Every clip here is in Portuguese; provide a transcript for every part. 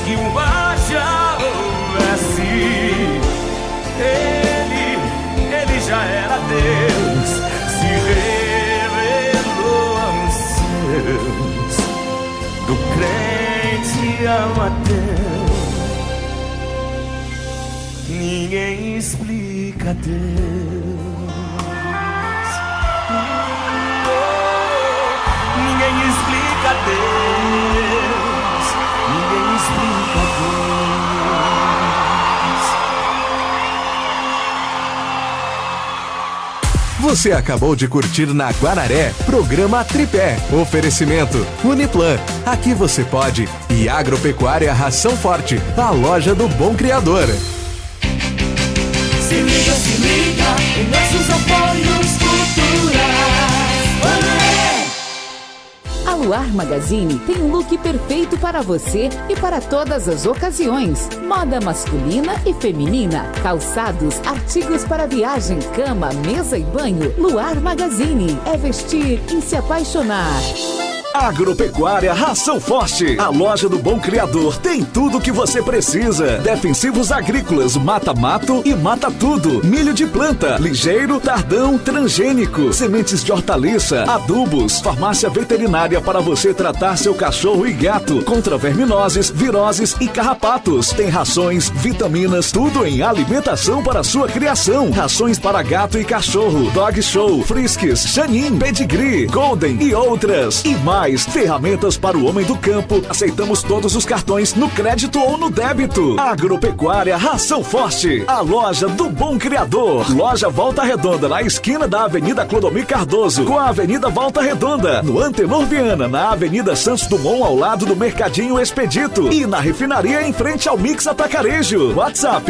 que o mar já houvesse. Ele já era Deus, se revelou aos seus, do crente ao ateu. Ninguém explica Deus, ninguém explica Deus, ninguém explica Deus. Você acabou de curtir na Guanaré, programa Tripé. Oferecimento Uniplan. Aqui você pode. E Agropecuária Ração Forte, a loja do bom criador. Se liga em nossos apoios culturais. Guanaré. A Luar Magazine tem um look perfeito para você e para todas as ocasiões. Moda masculina e feminina, calçados, artigos para viagem, cama, mesa e banho. Luar Magazine é vestir e se apaixonar. Agropecuária Ração Forte, a loja do bom criador, tem tudo o que você precisa. Defensivos agrícolas, mata-mato e mata-tudo. Milho de planta, ligeiro, tardão, transgênico. Sementes de hortaliça, adubos. Farmácia veterinária para você tratar seu cachorro e gato contra verminoses, viroses e carrapatos. Tem rações, vitaminas, tudo em alimentação para sua criação. Rações para gato e cachorro, Dog Show, Friskies, Chanin, Pedigree, Golden e outras. E mais ferramentas para o homem do campo. Aceitamos todos os cartões no crédito ou no débito. Agropecuária Ração Forte, a loja do bom criador. Loja Volta Redonda, na esquina da Avenida Clodomir Cardoso com a Avenida Volta Redonda. No Antenor Viana, na Avenida Santos Dumont, ao lado do Mercadinho Expedito. E na refinaria em frente ao Mix Atacarejo. WhatsApp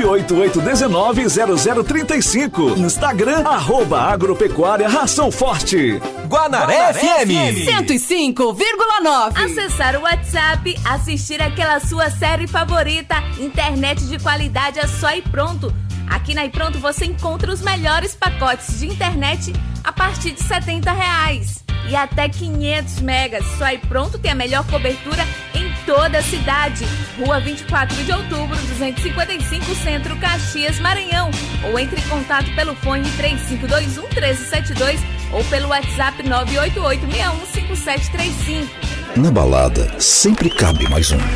988190035. Instagram @Agropecuária Ração Forte. Guanaré FM 105,9. Acessar o WhatsApp, assistir aquela sua série favorita, internet de qualidade é só ir pronto. Aqui na iPronto você encontra os melhores pacotes de internet a partir de R$70 e até 500 megas. Só aí pronto tem a melhor cobertura em toda a cidade. Rua 24 de outubro, 255, Centro, Caxias, Maranhão. Ou entre em contato pelo fone 3521-1372 ou pelo WhatsApp 988615735. Na balada, sempre cabe mais um.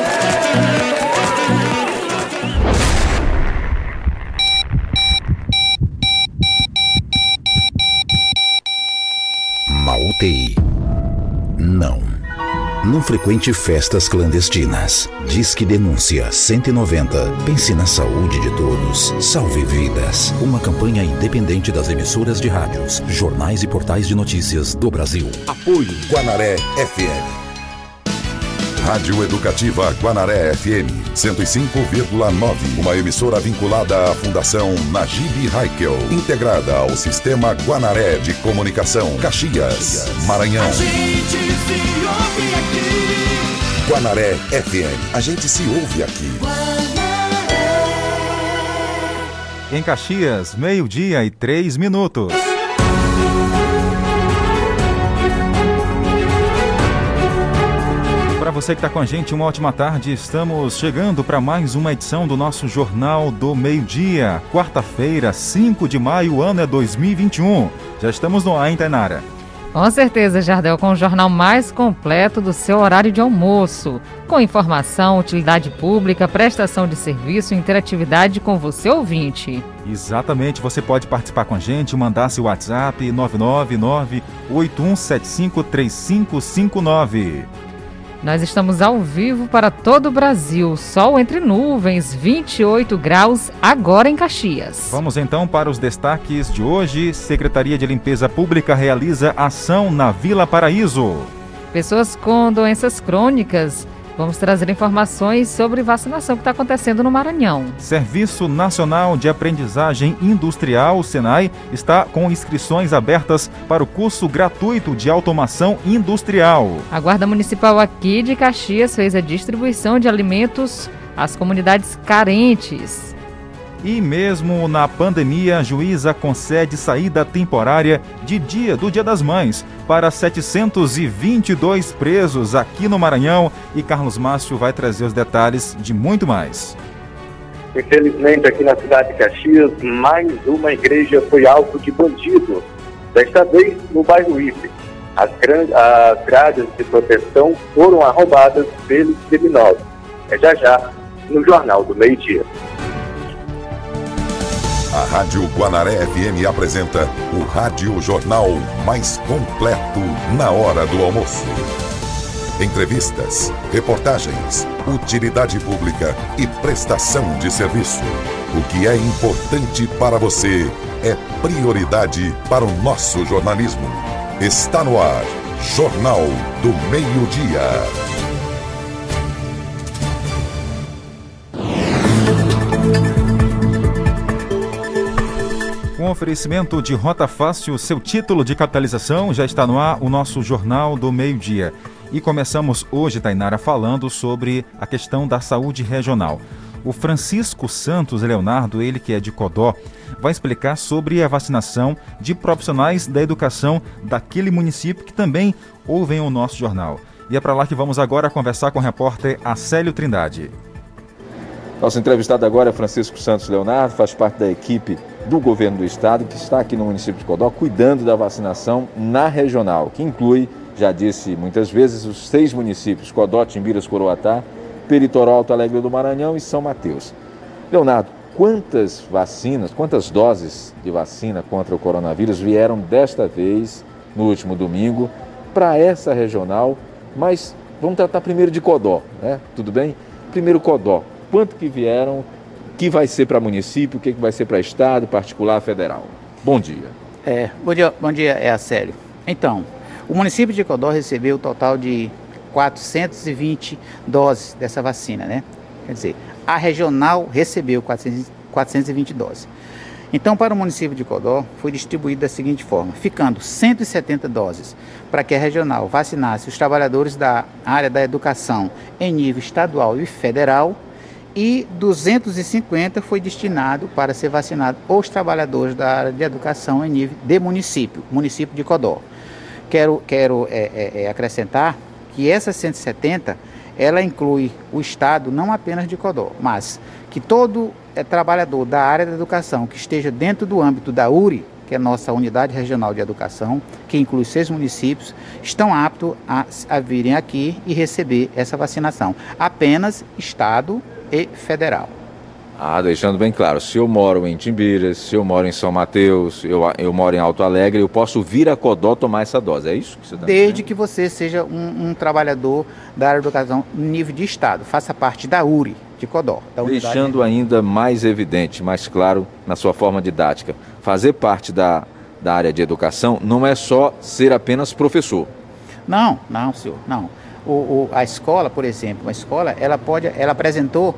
Uma UTI. Não frequente festas clandestinas. Disque Denúncia 190. Pense na saúde de todos. Salve vidas. Uma campanha independente das emissoras de rádios, jornais e portais de notícias do Brasil. Apoio Guanaré FM. Rádio Educativa Guanaré FM 105,9. Uma emissora vinculada à Fundação Najib Haikel, integrada ao Sistema Guanaré de Comunicação, Caxias, Maranhão. A gente se ouve aqui. Guanaré FM. A gente se ouve aqui. Em Caxias, 12:03. Para você que está com a gente, uma ótima tarde. Estamos chegando para mais uma edição do nosso Jornal do Meio-Dia. Quarta-feira, 5 de maio, o ano é 2021. Já estamos no ar, hein, Tainara? Com certeza, Jardel, com o jornal mais completo do seu horário de almoço. Com informação, utilidade pública, prestação de serviço e interatividade com você, ouvinte. Exatamente, você pode participar com a gente, mandar seu WhatsApp 999-8175-3559. Nós estamos ao vivo para todo o Brasil. Sol entre nuvens, 28 graus, agora em Caxias. Vamos então para os destaques de hoje. Secretaria de Limpeza Pública realiza ação na Vila Paraíso. Pessoas com doenças crônicas. Vamos trazer informações sobre vacinação que está acontecendo no Maranhão. Serviço Nacional de Aprendizagem Industrial, SENAI, está com inscrições abertas para o curso gratuito de automação industrial. A Guarda Municipal aqui de Caxias fez a distribuição de alimentos às comunidades carentes. E mesmo na pandemia, a juíza concede saída temporária do Dia das Mães para 722 presos aqui no Maranhão. E Carlos Márcio vai trazer os detalhes de muito mais. Infelizmente, aqui na cidade de Caxias, mais uma igreja foi alvo de bandido. Desta vez, no bairro Ife. As grades de proteção foram arrombadas pelos criminosos. É já, no Jornal do Meio-Dia. A Rádio Guanaré FM apresenta o Rádio Jornal mais completo na hora do almoço. Entrevistas, reportagens, utilidade pública e prestação de serviço. O que é importante para você é prioridade para o nosso jornalismo. Está no ar, Jornal do Meio-Dia. Com oferecimento de Rota Fácil, seu título de capitalização, já está no ar o nosso Jornal do Meio-Dia. E começamos hoje, Tainara, falando sobre a questão da saúde regional. O Francisco Santos Leonardo, ele que é de Codó, vai explicar sobre a vacinação de profissionais da educação daquele município que também ouvem o nosso jornal. E é para lá que vamos agora conversar com o repórter Acélio Trindade. Nosso entrevistado agora é Francisco Santos Leonardo, faz parte da equipe do governo do estado que está aqui no município de Codó cuidando da vacinação na regional, que inclui, já disse muitas vezes, os 6 municípios: Codó, Timbiras, Coroatá, Peritoró, Alto Alegre do Maranhão e São Mateus. Leonardo, quantas doses de vacina contra o coronavírus vieram desta vez, no último domingo, para essa regional? Mas vamos tratar primeiro de Codó, né? Tudo bem? Primeiro Codó. Quanto que vieram, que vai ser para município, o que vai ser para estado, particular, federal? Bom dia. Bom dia, Acélio. Então, o município de Codó recebeu o total de 420 doses dessa vacina, né? Quer dizer, a regional recebeu 420 doses. Então, para o município de Codó, foi distribuído da seguinte forma, ficando 170 doses para que a regional vacinasse os trabalhadores da área da educação em nível estadual e federal, e 250 foi destinado para ser vacinado os trabalhadores da área de educação em nível de município de Codó. Quero acrescentar que essas 170, ela inclui o estado não apenas de Codó, mas que todo trabalhador da área da educação que esteja dentro do âmbito da URI, que é a nossa Unidade Regional de Educação, que inclui 6 municípios, estão aptos a virem aqui e receber essa vacinação. Apenas estado e federal. Deixando bem claro, se eu moro em Timbiras, se eu moro em São Mateus, eu moro em Alto Alegre, eu posso vir a Codó tomar essa dose, é isso que você está dizendo? Desde que você seja um trabalhador da área de educação nível de estado, faça parte da URI de Codó. Deixando ainda mais evidente, mais claro na sua forma didática, fazer parte da área de educação não é só ser apenas professor. Não, senhor, não. A escola, por exemplo, ela apresentou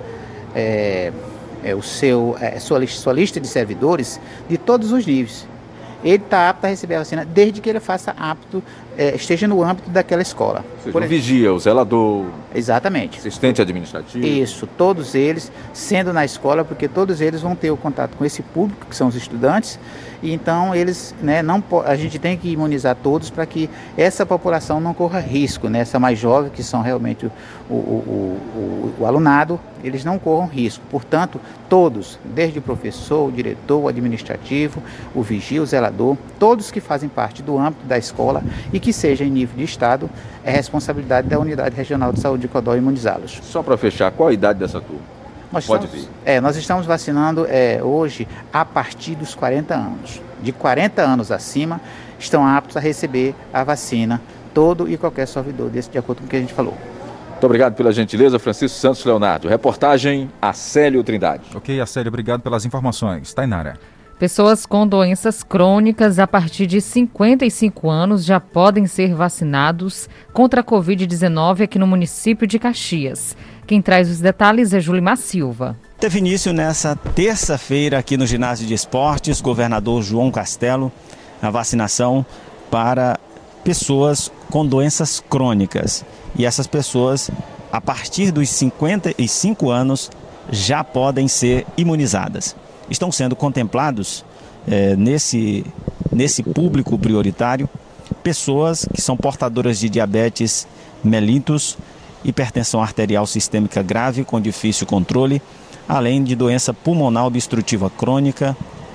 sua lista de servidores de todos os níveis. Ele está apto a receber a vacina desde que ele esteja no âmbito daquela escola. Ou seja, vigia, o zelador. Exatamente. Assistente administrativo. Isso, todos eles, sendo na escola, porque todos eles vão ter o contato com esse público, que são os estudantes, e então eles, a gente tem que imunizar todos para que essa população não corra risco, essa mais jovem, que são realmente o alunado, eles não corram risco. Portanto, todos, desde o professor, o diretor, o administrativo, o vigia, o zelador, todos que fazem parte do âmbito da escola e que seja em nível de estado, é responsabilidade da Unidade Regional de Saúde de Codó imunizá-los. Só para fechar, qual a idade dessa turma? Nós estamos vacinando hoje a partir dos 40 anos. De 40 anos acima, estão aptos a receber a vacina, todo e qualquer servidor desse, de acordo com o que a gente falou. Muito obrigado pela gentileza, Francisco Santos Leonardo. Reportagem Acélio Trindade. Ok, Acélio, obrigado pelas informações. Tainara. Pessoas com doenças crônicas a partir de 55 anos já podem ser vacinados contra a Covid-19 aqui no município de Caxias. Quem traz os detalhes é Julimar Silva. Teve início nessa terça-feira aqui no Ginásio de Esportes, governador João Castelo, a vacinação para pessoas com doenças crônicas. E essas pessoas, a partir dos 55 anos, já podem ser imunizadas. estão sendo contemplados nesse público prioritário pessoas que são portadoras de diabetes mellitus, hipertensão arterial sistêmica grave com difícil controle, além de doença pulmonar obstrutiva crônica,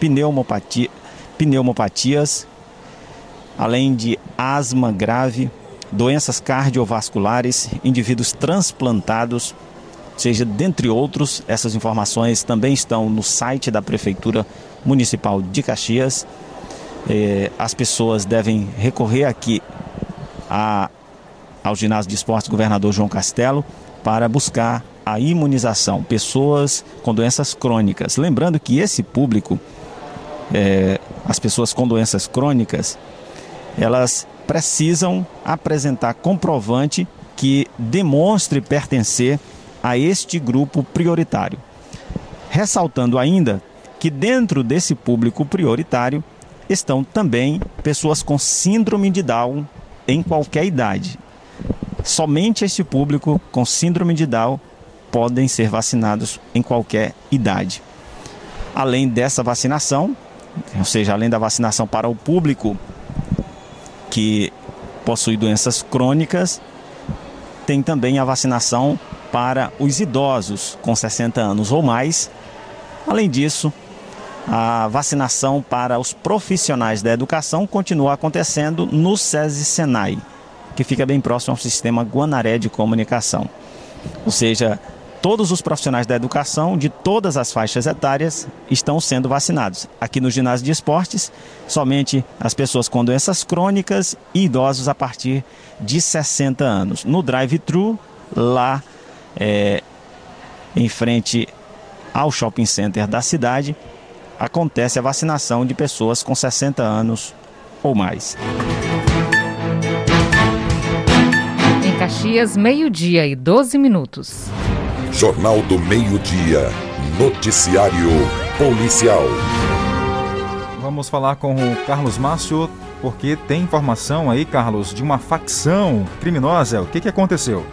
pneumopatias, além de asma grave, doenças cardiovasculares, indivíduos transplantados, seja, dentre outros. Essas informações também estão no site da Prefeitura Municipal de Caxias. As pessoas devem recorrer aqui ao ginásio de esportes Governador João Castelo para buscar a imunização, pessoas com doenças crônicas. Lembrando que esse público, as pessoas com doenças crônicas, elas precisam apresentar comprovante que demonstre pertencer a este grupo prioritário. Ressaltando ainda que dentro desse público prioritário estão também pessoas com síndrome de Down em qualquer idade. Somente este público com síndrome de Down podem ser vacinados em qualquer idade. Além dessa vacinação, ou seja, além da vacinação para o público que possui doenças crônicas, tem também a vacinação para os idosos com 60 anos ou mais. Além disso, a vacinação para os profissionais da educação continua acontecendo no SESI Senai, que fica bem próximo ao sistema Guanaré de comunicação. Ou seja, todos os profissionais da educação de todas as faixas etárias estão sendo vacinados. Aqui no ginásio de esportes, somente as pessoas com doenças crônicas e idosos a partir de 60 anos. No drive-thru, lá em frente ao shopping center da cidade, acontece a vacinação de pessoas com 60 anos ou mais. Em Caxias, 12:12. Jornal do Meio-Dia. Noticiário Policial. Vamos falar com o Carlos Márcio, porque tem informação aí, Carlos, de uma facção criminosa. O que aconteceu?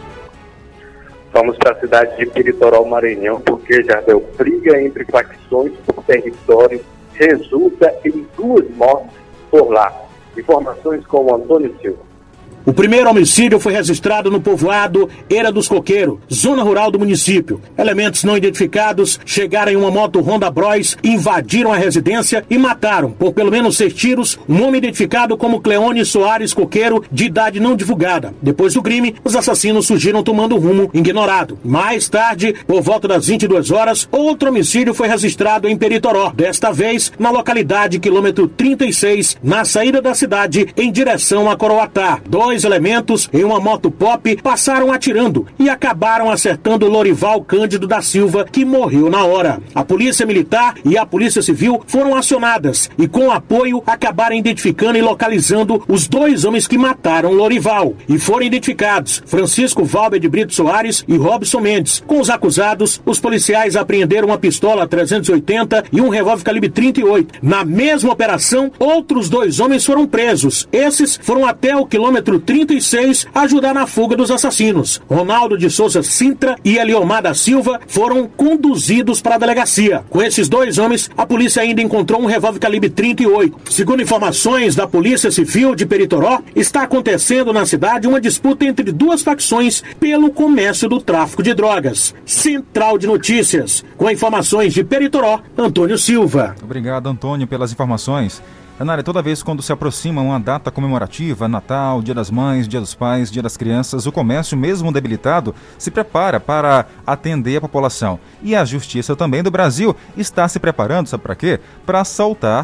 Vamos para a cidade de Pirituoró, Maranhão, porque já deu briga entre facções por território, resulta em 2 mortes por lá. Informações com o Antônio Silva. O primeiro homicídio foi registrado no povoado Eira dos Coqueiros, zona rural do município. Elementos não identificados chegaram em uma moto Honda Bros, invadiram a residência e mataram, por pelo menos 6 tiros, um homem identificado como Cleone Soares Coqueiro, de idade não divulgada. Depois do crime, os assassinos surgiram tomando rumo ignorado. Mais tarde, por volta das 22 horas, outro homicídio foi registrado em Peritoró, desta vez na localidade quilômetro 36, na saída da cidade em direção a Coroatá. 2 elementos em uma moto pop passaram atirando e acabaram acertando Lorival Cândido da Silva, que morreu na hora. A Polícia Militar e a Polícia Civil foram acionadas e, com apoio, acabaram identificando e localizando os 2 homens que mataram Lorival. E foram identificados Francisco Valber de Brito Soares e Robson Mendes. Com os acusados, os policiais apreenderam uma pistola 380 e um revólver calibre 38. Na mesma operação, outros 2 homens foram presos. Esses foram até o quilômetro 36 ajudar na fuga dos assassinos. Ronaldo de Souza Sintra e Eliomar da Silva foram conduzidos para a delegacia. Com esses 2 homens, a polícia ainda encontrou um revólver calibre 38. Segundo informações da Polícia Civil de Peritoró, está acontecendo na cidade uma disputa entre 2 facções pelo comércio do tráfico de drogas. Central de Notícias. Com informações de Peritoró, Antônio Silva. Obrigado, Antônio, pelas informações. Anália, toda vez quando se aproxima uma data comemorativa, Natal, Dia das Mães, Dia dos Pais, Dia das Crianças, o comércio, mesmo debilitado, se prepara para atender a população. E a Justiça também do Brasil está se preparando, sabe para quê? Para soltar,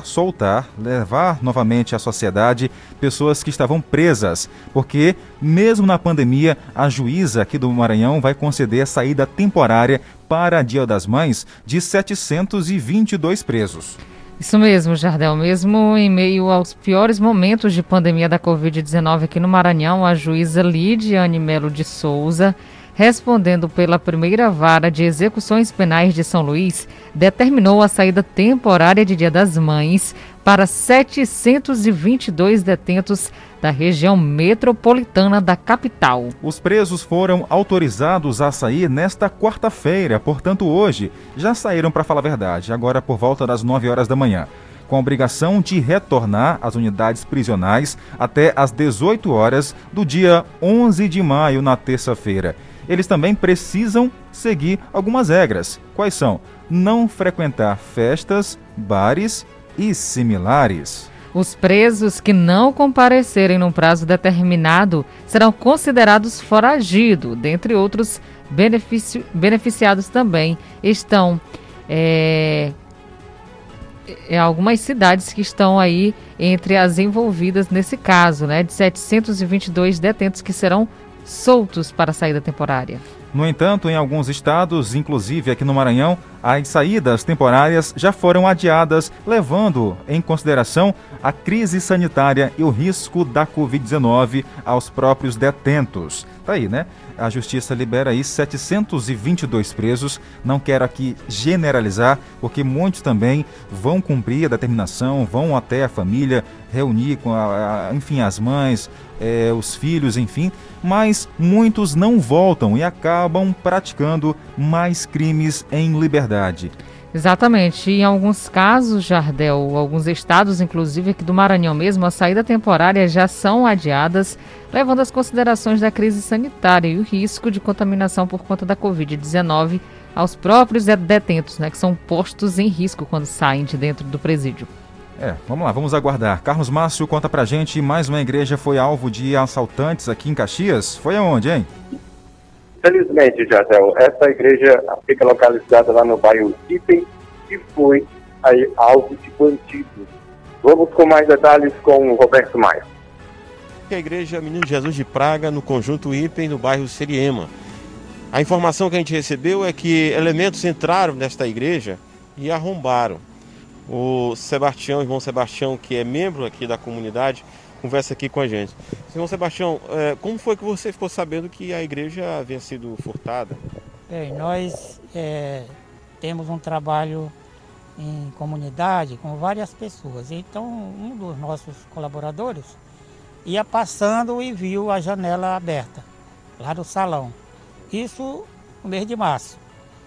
levar novamente à sociedade pessoas que estavam presas. Porque, mesmo na pandemia, a juíza aqui do Maranhão vai conceder a saída temporária para Dia das Mães de 722 presos. Isso mesmo, Jardel. Mesmo em meio aos piores momentos de pandemia da Covid-19 aqui no Maranhão, a juíza Lidiane Melo de Souza respondendo pela primeira vara de execuções penais de São Luís, determinou a saída temporária de Dia das Mães para 722 detentos da região metropolitana da capital. Os presos foram autorizados a sair nesta quarta-feira, portanto hoje já saíram, para falar a verdade, agora por volta das 9 horas da manhã, com a obrigação de retornar às unidades prisionais até às 18 horas do dia 11 de maio, na terça-feira. Eles também precisam seguir algumas regras. Quais são? Não frequentar festas, bares e similares. Os presos que não comparecerem num prazo determinado serão considerados foragidos. Dentre outros beneficiados também estão algumas cidades que estão aí entre as envolvidas nesse caso, né? De 722 detentos que serão soltos para a saída temporária. No entanto, em alguns estados, inclusive aqui no Maranhão, as saídas temporárias já foram adiadas, levando em consideração a crise sanitária e o risco da Covid-19 aos próprios detentos. Tá aí, né? A Justiça libera aí 722 presos. Não quero aqui generalizar, porque muitos também vão cumprir a determinação, vão até a família, reunir com enfim, as mães, os filhos, enfim, mas muitos não voltam e acabam praticando mais crimes em liberdade. Exatamente. E em alguns casos, Jardel, alguns estados, inclusive aqui do Maranhão mesmo, a saída temporária já são adiadas, levando as considerações da crise sanitária e o risco de contaminação por conta da Covid-19 aos próprios detentos, né, que são postos em risco quando saem de dentro do presídio. Vamos lá, vamos aguardar. Carlos Márcio, conta pra gente, mais uma igreja foi alvo de assaltantes aqui em Caxias. Foi aonde, hein? Felizmente, Jardel, essa igreja fica localizada lá no bairro Ipen e foi aí alvo de bandidos. Vamos com mais detalhes com o Roberto Maia. A igreja Menino Jesus de Praga, no conjunto Ipen, no bairro Seriema. A informação que a gente recebeu é que elementos entraram nesta igreja e arrombaram. O Sebastião, irmão Sebastião, que é membro aqui da comunidade, conversa aqui com a gente. Irmão Sebastião, como foi que você ficou sabendo que a igreja havia sido furtada? Bem, nós temos um trabalho em comunidade com várias pessoas. Então, um dos nossos colaboradores ia passando e viu a janela aberta, lá do salão. Isso no mês de março.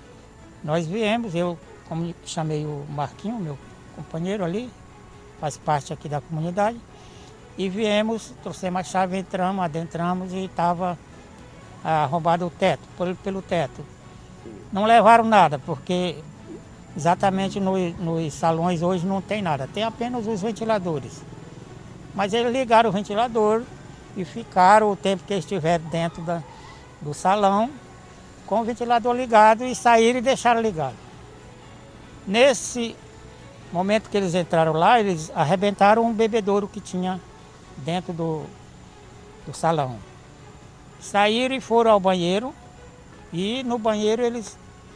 Nós viemos, eu chamei o Marquinho, meu companheiro ali, faz parte aqui da comunidade, e viemos, trouxemos a chave, adentramos e estava arrombado o teto, pelo teto. Não levaram nada, porque exatamente nos salões hoje não tem nada, tem apenas os ventiladores. Mas eles ligaram o ventilador e ficaram o tempo que eles estiveram dentro do salão, com o ventilador ligado, e saíram e deixaram ligado. Nesse momento que eles entraram lá, eles arrebentaram um bebedouro que tinha dentro do salão. Saíram e foram ao banheiro, e no banheiro eles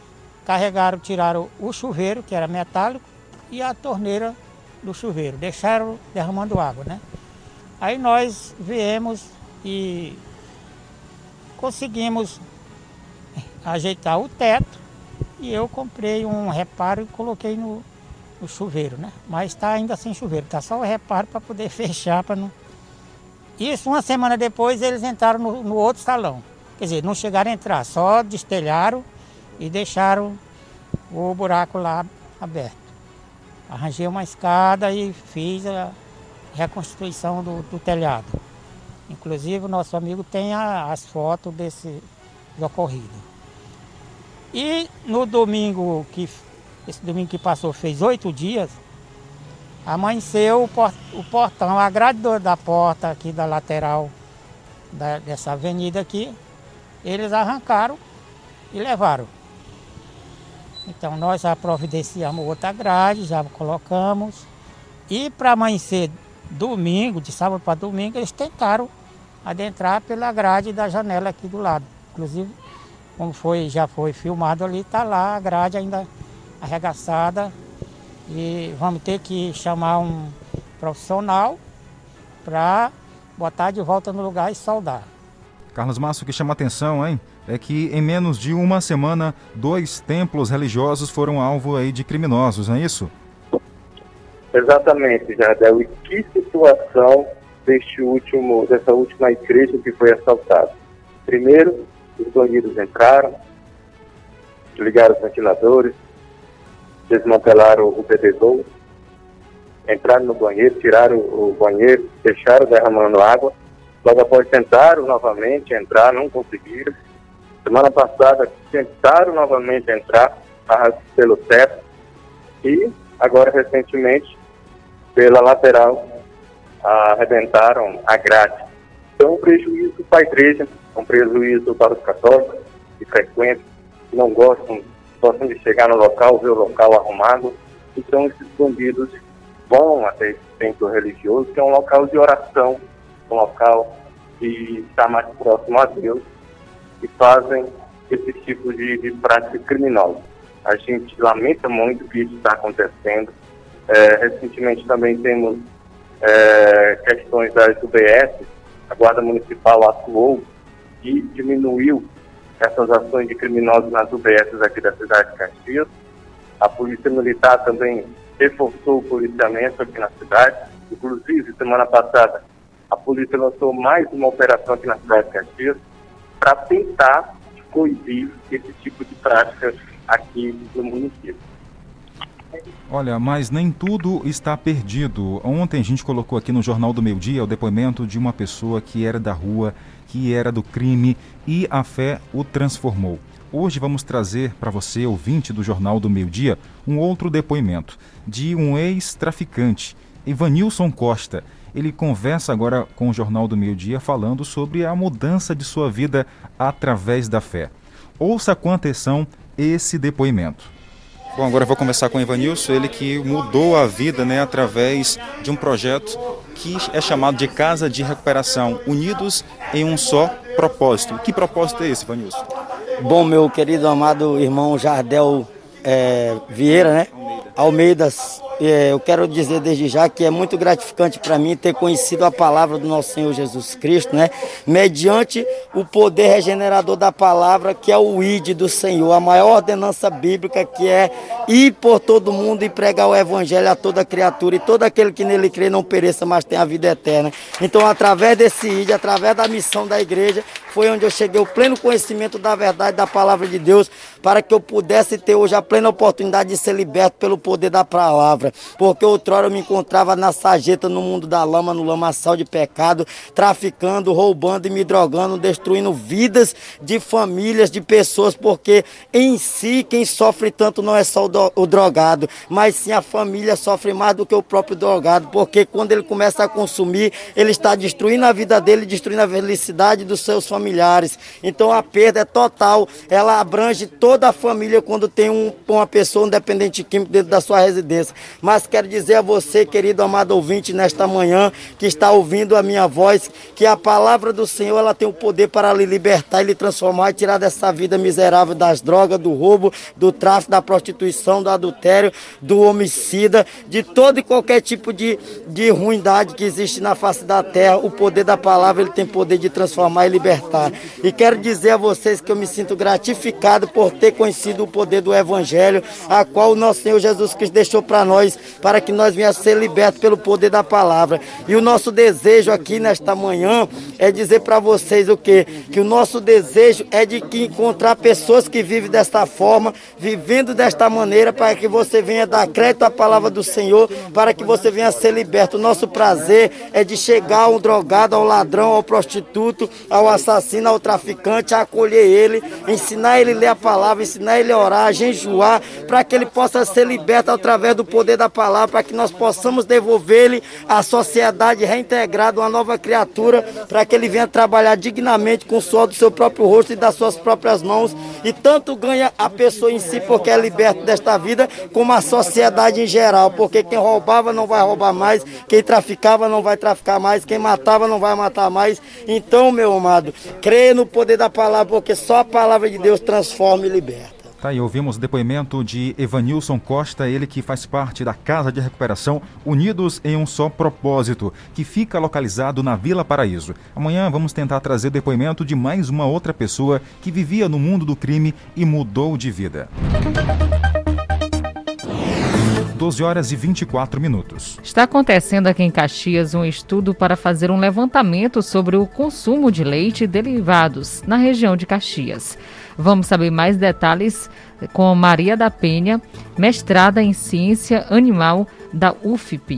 tiraram o chuveiro, que era metálico, e a torneira do chuveiro, deixaram derramando água, né? Aí nós viemos e conseguimos ajeitar o teto, e eu comprei um reparo e coloquei no chuveiro, né? Mas está ainda sem chuveiro, está só o reparo para poder fechar, para não... Isso, uma semana depois, eles entraram no outro salão. Quer dizer, não chegaram a entrar, só destelharam e deixaram o buraco lá aberto. Arranjei uma escada e fiz a reconstituição do telhado. Inclusive, o nosso amigo tem as fotos desse ocorrido. E no domingo, esse domingo que passou, fez 8 dias, amanheceu o portão, a grade da porta aqui da lateral dessa avenida aqui, eles arrancaram e levaram. Então nós já providenciamos outra grade, já colocamos, e para amanhecer domingo, de sábado para domingo, eles tentaram adentrar pela grade da janela aqui do lado. Inclusive, como já foi filmado ali, está lá a grade ainda arregaçada, e vamos ter que chamar um profissional para botar de volta no lugar e soldar. Carlos Márcio, o que chama atenção, hein, é que em menos de uma semana, 2 templos religiosos foram alvo aí de criminosos, não é isso? Exatamente, Jardel. E que situação dessa última igreja que foi assaltada. Primeiro, os bandidos entraram, ligaram os ventiladores, desmantelaram o bebedouro, entraram no banheiro, tiraram o banheiro, deixaram derramando água. Logo após tentaram novamente entrar, não conseguiram. Semana passada tentaram novamente entrar pelo teto e agora recentemente pela lateral arrebentaram a grade. Então um prejuízo para a igreja, um prejuízo para os católicos que frequentam, que não gostam de chegar no local, ver o local arrumado. Então esses bandidos vão até esse templo religioso, que é um local de oração, um local que está mais próximo a Deus, e fazem esse tipo de prática criminosa. A gente lamenta muito que isso está acontecendo. Recentemente também temos questões das UBS. A Guarda Municipal atuou e diminuiu essas ações de criminosos nas UBS aqui da cidade de Caxias. A Polícia Militar também reforçou o policiamento aqui na cidade. Inclusive, semana passada, a polícia lançou mais uma operação aqui na cidade de Caxias para tentar coibir esse tipo de prática aqui no município. Olha, mas nem tudo está perdido. Ontem a gente colocou aqui no Jornal do Meio Dia o depoimento de uma pessoa que era da rua, que era do crime e a fé o transformou. Hoje vamos trazer para você, ouvinte do Jornal do Meio Dia, um outro depoimento de um ex-traficante, Evanilson Costa. Ele conversa agora com o Jornal do Meio Dia falando sobre a mudança de sua vida através da fé. Ouça com atenção esse depoimento. Bom, agora eu vou conversar com o Evanilson, ele que mudou a vida, né, através de um projeto que é chamado de Casa de Recuperação, unidos em um só propósito. Que propósito é esse, Evanilson? Bom, meu querido amado irmão Jardel Vieira, né? Almeida, eu quero dizer desde já que é muito gratificante para mim ter conhecido a palavra do nosso Senhor Jesus Cristo, né? Mediante o poder regenerador da palavra, que é o ID do Senhor, a maior ordenança bíblica, que é ir por todo mundo e pregar o evangelho a toda criatura, e todo aquele que nele crê não pereça, mas tenha a vida eterna. Então, através desse ID, através da missão da igreja, foi onde eu cheguei ao pleno conhecimento da verdade da palavra de Deus, para que eu pudesse ter hoje a plena oportunidade de ser liberto pelo poder da palavra. Porque outrora eu me encontrava na sarjeta, no mundo da lama, no lamaçal de pecado, traficando, roubando e me drogando, destruindo vidas de famílias, de pessoas, porque em si quem sofre tanto não é só o drogado, mas sim a família sofre mais do que o próprio drogado, porque quando ele começa a consumir, ele está destruindo a vida dele, destruindo a felicidade dos seus familiares. Então a perda é total, ela abrange toda a família quando tem uma pessoa, um dependente químico dentro da sua residência. Mas quero dizer a você, querido amado ouvinte, nesta manhã, que está ouvindo a minha voz, que a palavra do Senhor, ela tem o poder para lhe libertar e lhe transformar e tirar dessa vida miserável das drogas, do roubo, do tráfico, da prostituição, do adultério, do homicida, de todo e qualquer tipo de ruindade que existe na face da terra. O poder da palavra, ele tem poder de transformar e libertar. E quero dizer a vocês que eu me sinto gratificado por ter conhecido o poder do Evangelho, a qual o nosso Senhor Jesus Cristo deixou para nós, para que nós venhamos ser libertos pelo poder da palavra. E o nosso desejo aqui nesta manhã é dizer para vocês o quê? Que o nosso desejo é de que encontrar pessoas que vivem desta forma, vivendo desta maneira, para que você venha dar crédito à palavra do Senhor, para que você venha ser liberto. O nosso prazer é de chegar ao drogado, ao ladrão, ao prostituto, ao assassino, ao traficante, a acolher ele, ensinar ele a ler a palavra, ensinar ele a orar, a jejuar, para que ele possa ser liberto através do poder da palavra, para que nós possamos devolver-lhe à sociedade reintegrada, uma nova criatura, para que ele venha trabalhar dignamente com o suor do seu próprio rosto e das suas próprias mãos, e tanto ganha a pessoa em si, porque é liberto desta vida, como a sociedade em geral, porque quem roubava não vai roubar mais, quem traficava não vai traficar mais, quem matava não vai matar mais. Então, meu amado, creia no poder da palavra, porque só a palavra de Deus transforma e liberta. Tá aí, ouvimos o depoimento de Evanilson Costa, ele que faz parte da Casa de Recuperação Unidos em um Só Propósito, que fica localizado na Vila Paraíso. Amanhã vamos tentar trazer o depoimento de mais uma outra pessoa que vivia no mundo do crime e mudou de vida. 12h24. Está acontecendo aqui em Caxias um estudo para fazer um levantamento sobre o consumo de leite e derivados na região de Caxias. Vamos saber mais detalhes com Maria da Penha, mestrada em Ciência Animal da UFP.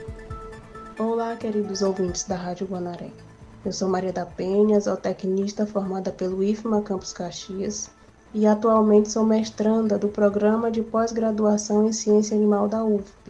Olá, queridos ouvintes da Rádio Guanaré. Eu sou Maria da Penha, zootecnista formada pelo IFMA Campus Caxias e atualmente sou mestranda do Programa de Pós-Graduação em Ciência Animal da UFP.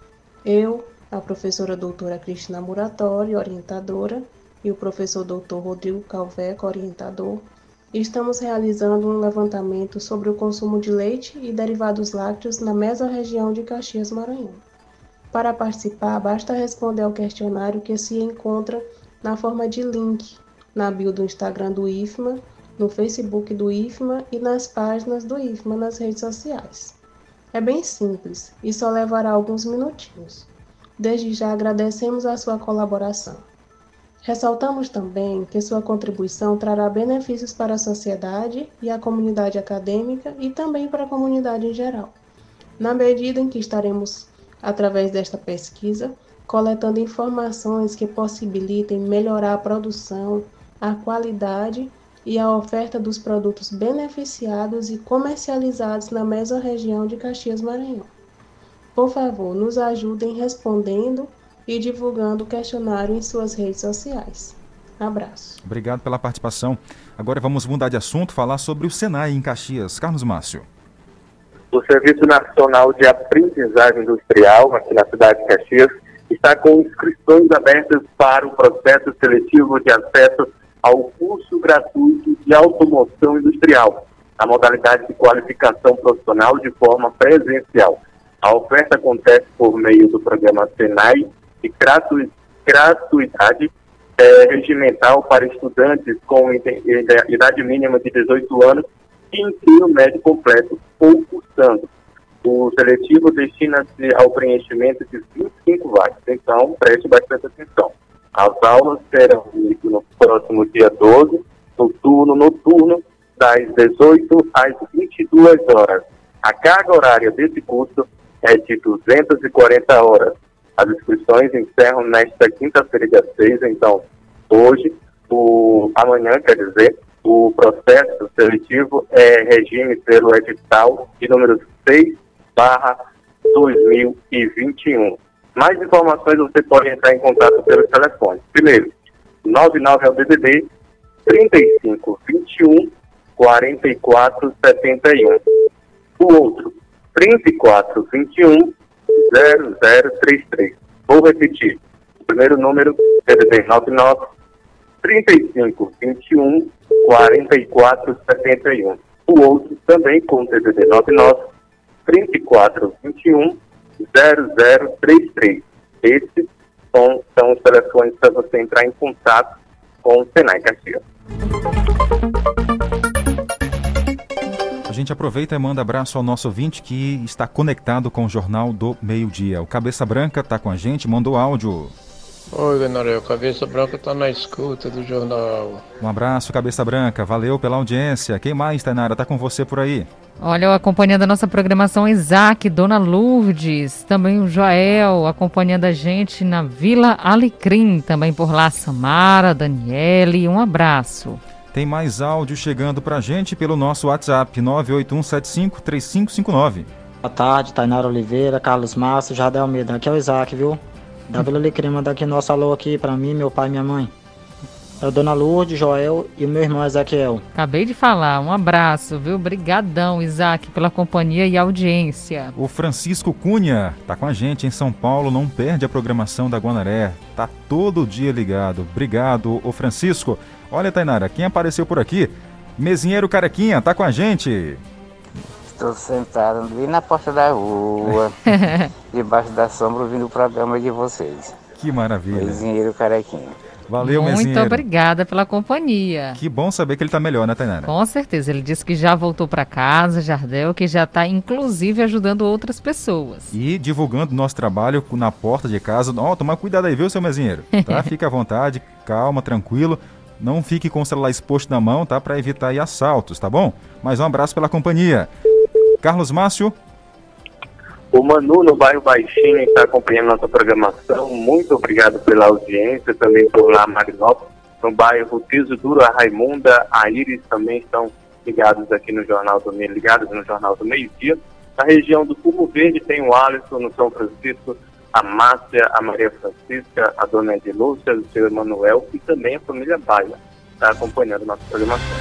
Eu, a professora doutora Cristina Muratori, orientadora, e o professor doutor Rodrigo Calveco, orientador, estamos realizando um levantamento sobre o consumo de leite e derivados lácteos na mesorregião de Caxias, Maranhão. Para participar, basta responder ao questionário que se encontra na forma de link na bio do Instagram do IFMA, no Facebook do IFMA e nas páginas do IFMA nas redes sociais. É bem simples e só levará alguns minutinhos. Desde já agradecemos a sua colaboração. Ressaltamos também que sua contribuição trará benefícios para a sociedade e a comunidade acadêmica e também para a comunidade em geral, na medida em que estaremos, através desta pesquisa, coletando informações que possibilitem melhorar a produção, a qualidade e a oferta dos produtos beneficiados e comercializados na mesorregião de Caxias, Maranhão. Por favor, nos ajudem respondendo e divulgando o questionário em suas redes sociais. Abraço. Obrigado pela participação. Agora vamos mudar de assunto, falar sobre o Senai em Caxias. Carlos Márcio. O Serviço Nacional de Aprendizagem Industrial, aqui na cidade de Caxias, está com inscrições abertas para o processo seletivo de acesso ao curso gratuito de automoção industrial, na modalidade de qualificação profissional de forma presencial. A oferta acontece por meio do programa Senai de gratuidade regimental para estudantes com idade mínima de 18 anos e ensino médio completo ou cursando. O seletivo destina-se ao preenchimento de 25 vagas, então preste bastante atenção. As aulas serão no próximo dia 12, no turno noturno, das 18 às 22 horas. A carga horária desse curso é de 240 horas. As inscrições encerram nesta quinta-feira, dia 6, então, hoje, amanhã, quer dizer, o processo seletivo é regime pelo edital de número 6/2021. Mais informações você pode entrar em contato pelo telefone. Primeiro, 99 é o DDD 3521 4471. O outro, 3421 0033. Vou repetir. O primeiro número, DDD 99 3521 4471. O outro, também com DDD 99 3421 0033. Esses são os telefones para você entrar em contato com o Senai Caxias. A gente aproveita e manda abraço ao nosso ouvinte que está conectado com o Jornal do Meio-Dia. O Cabeça Branca está com a gente, mandou áudio. Oi, Guanaré, o Cabeça Branca está na escuta do jornal. Um abraço, Cabeça Branca, valeu pela audiência. Quem mais, Tainara, está com você por aí? Olha, acompanhando a nossa programação, Isaac, Dona Lourdes, também o Joel, acompanhando a gente na Vila Alecrim, também por lá, Samara, Daniele, um abraço. Tem mais áudio chegando pra gente pelo nosso WhatsApp, 981753559. Boa tarde, Tainara Oliveira, Carlos Márcio, Jardel Almeida. Aqui é o Isaac, viu? Da Vila Alecrim, manda aqui nosso alô aqui pra mim, meu pai e minha mãe. É o Dona Lourdes, Joel e o meu irmão Ezequiel. Acabei de falar, um abraço, viu? Brigadão, Isaac, pela companhia e audiência. O Francisco Cunha tá com a gente em São Paulo, não perde a programação da Guanaré, tá todo dia ligado. Obrigado, ô Francisco. Olha, Tainara, quem apareceu por aqui? Mesinheiro Carequinha, tá com a gente. Estou sentado ali na porta da rua, debaixo da sombra, ouvindo o programa de vocês. Que maravilha. Mesinheiro Carequinha. Valeu, Muito Mezinheiro. obrigada pela companhia. Que bom saber que ele está melhor, né, Tainara? Com certeza. Ele disse que já voltou para casa, Jardel, que já está, inclusive, ajudando outras pessoas. E divulgando nosso trabalho na porta de casa. Ó, toma cuidado aí, viu, seu Mezinheiro? Tá? Fique à vontade, calma, tranquilo. Não fique com o celular exposto na mão, tá? Para evitar aí assaltos, tá bom? Mais um abraço pela companhia. Carlos Márcio. O Manu, no bairro Baixinho, está acompanhando nossa programação. Muito obrigado pela audiência, também por lá, Marinópolis. No bairro Piso Duro, a Raimunda, a Iris também estão ligados aqui no Jornal do Meio-Dia. Na região do Fumo Verde tem o Alisson, no São Francisco, a Márcia, a Maria Francisca, a dona Edilúcia, o seu Emanuel e também a família Baia. Está acompanhando nossa programação.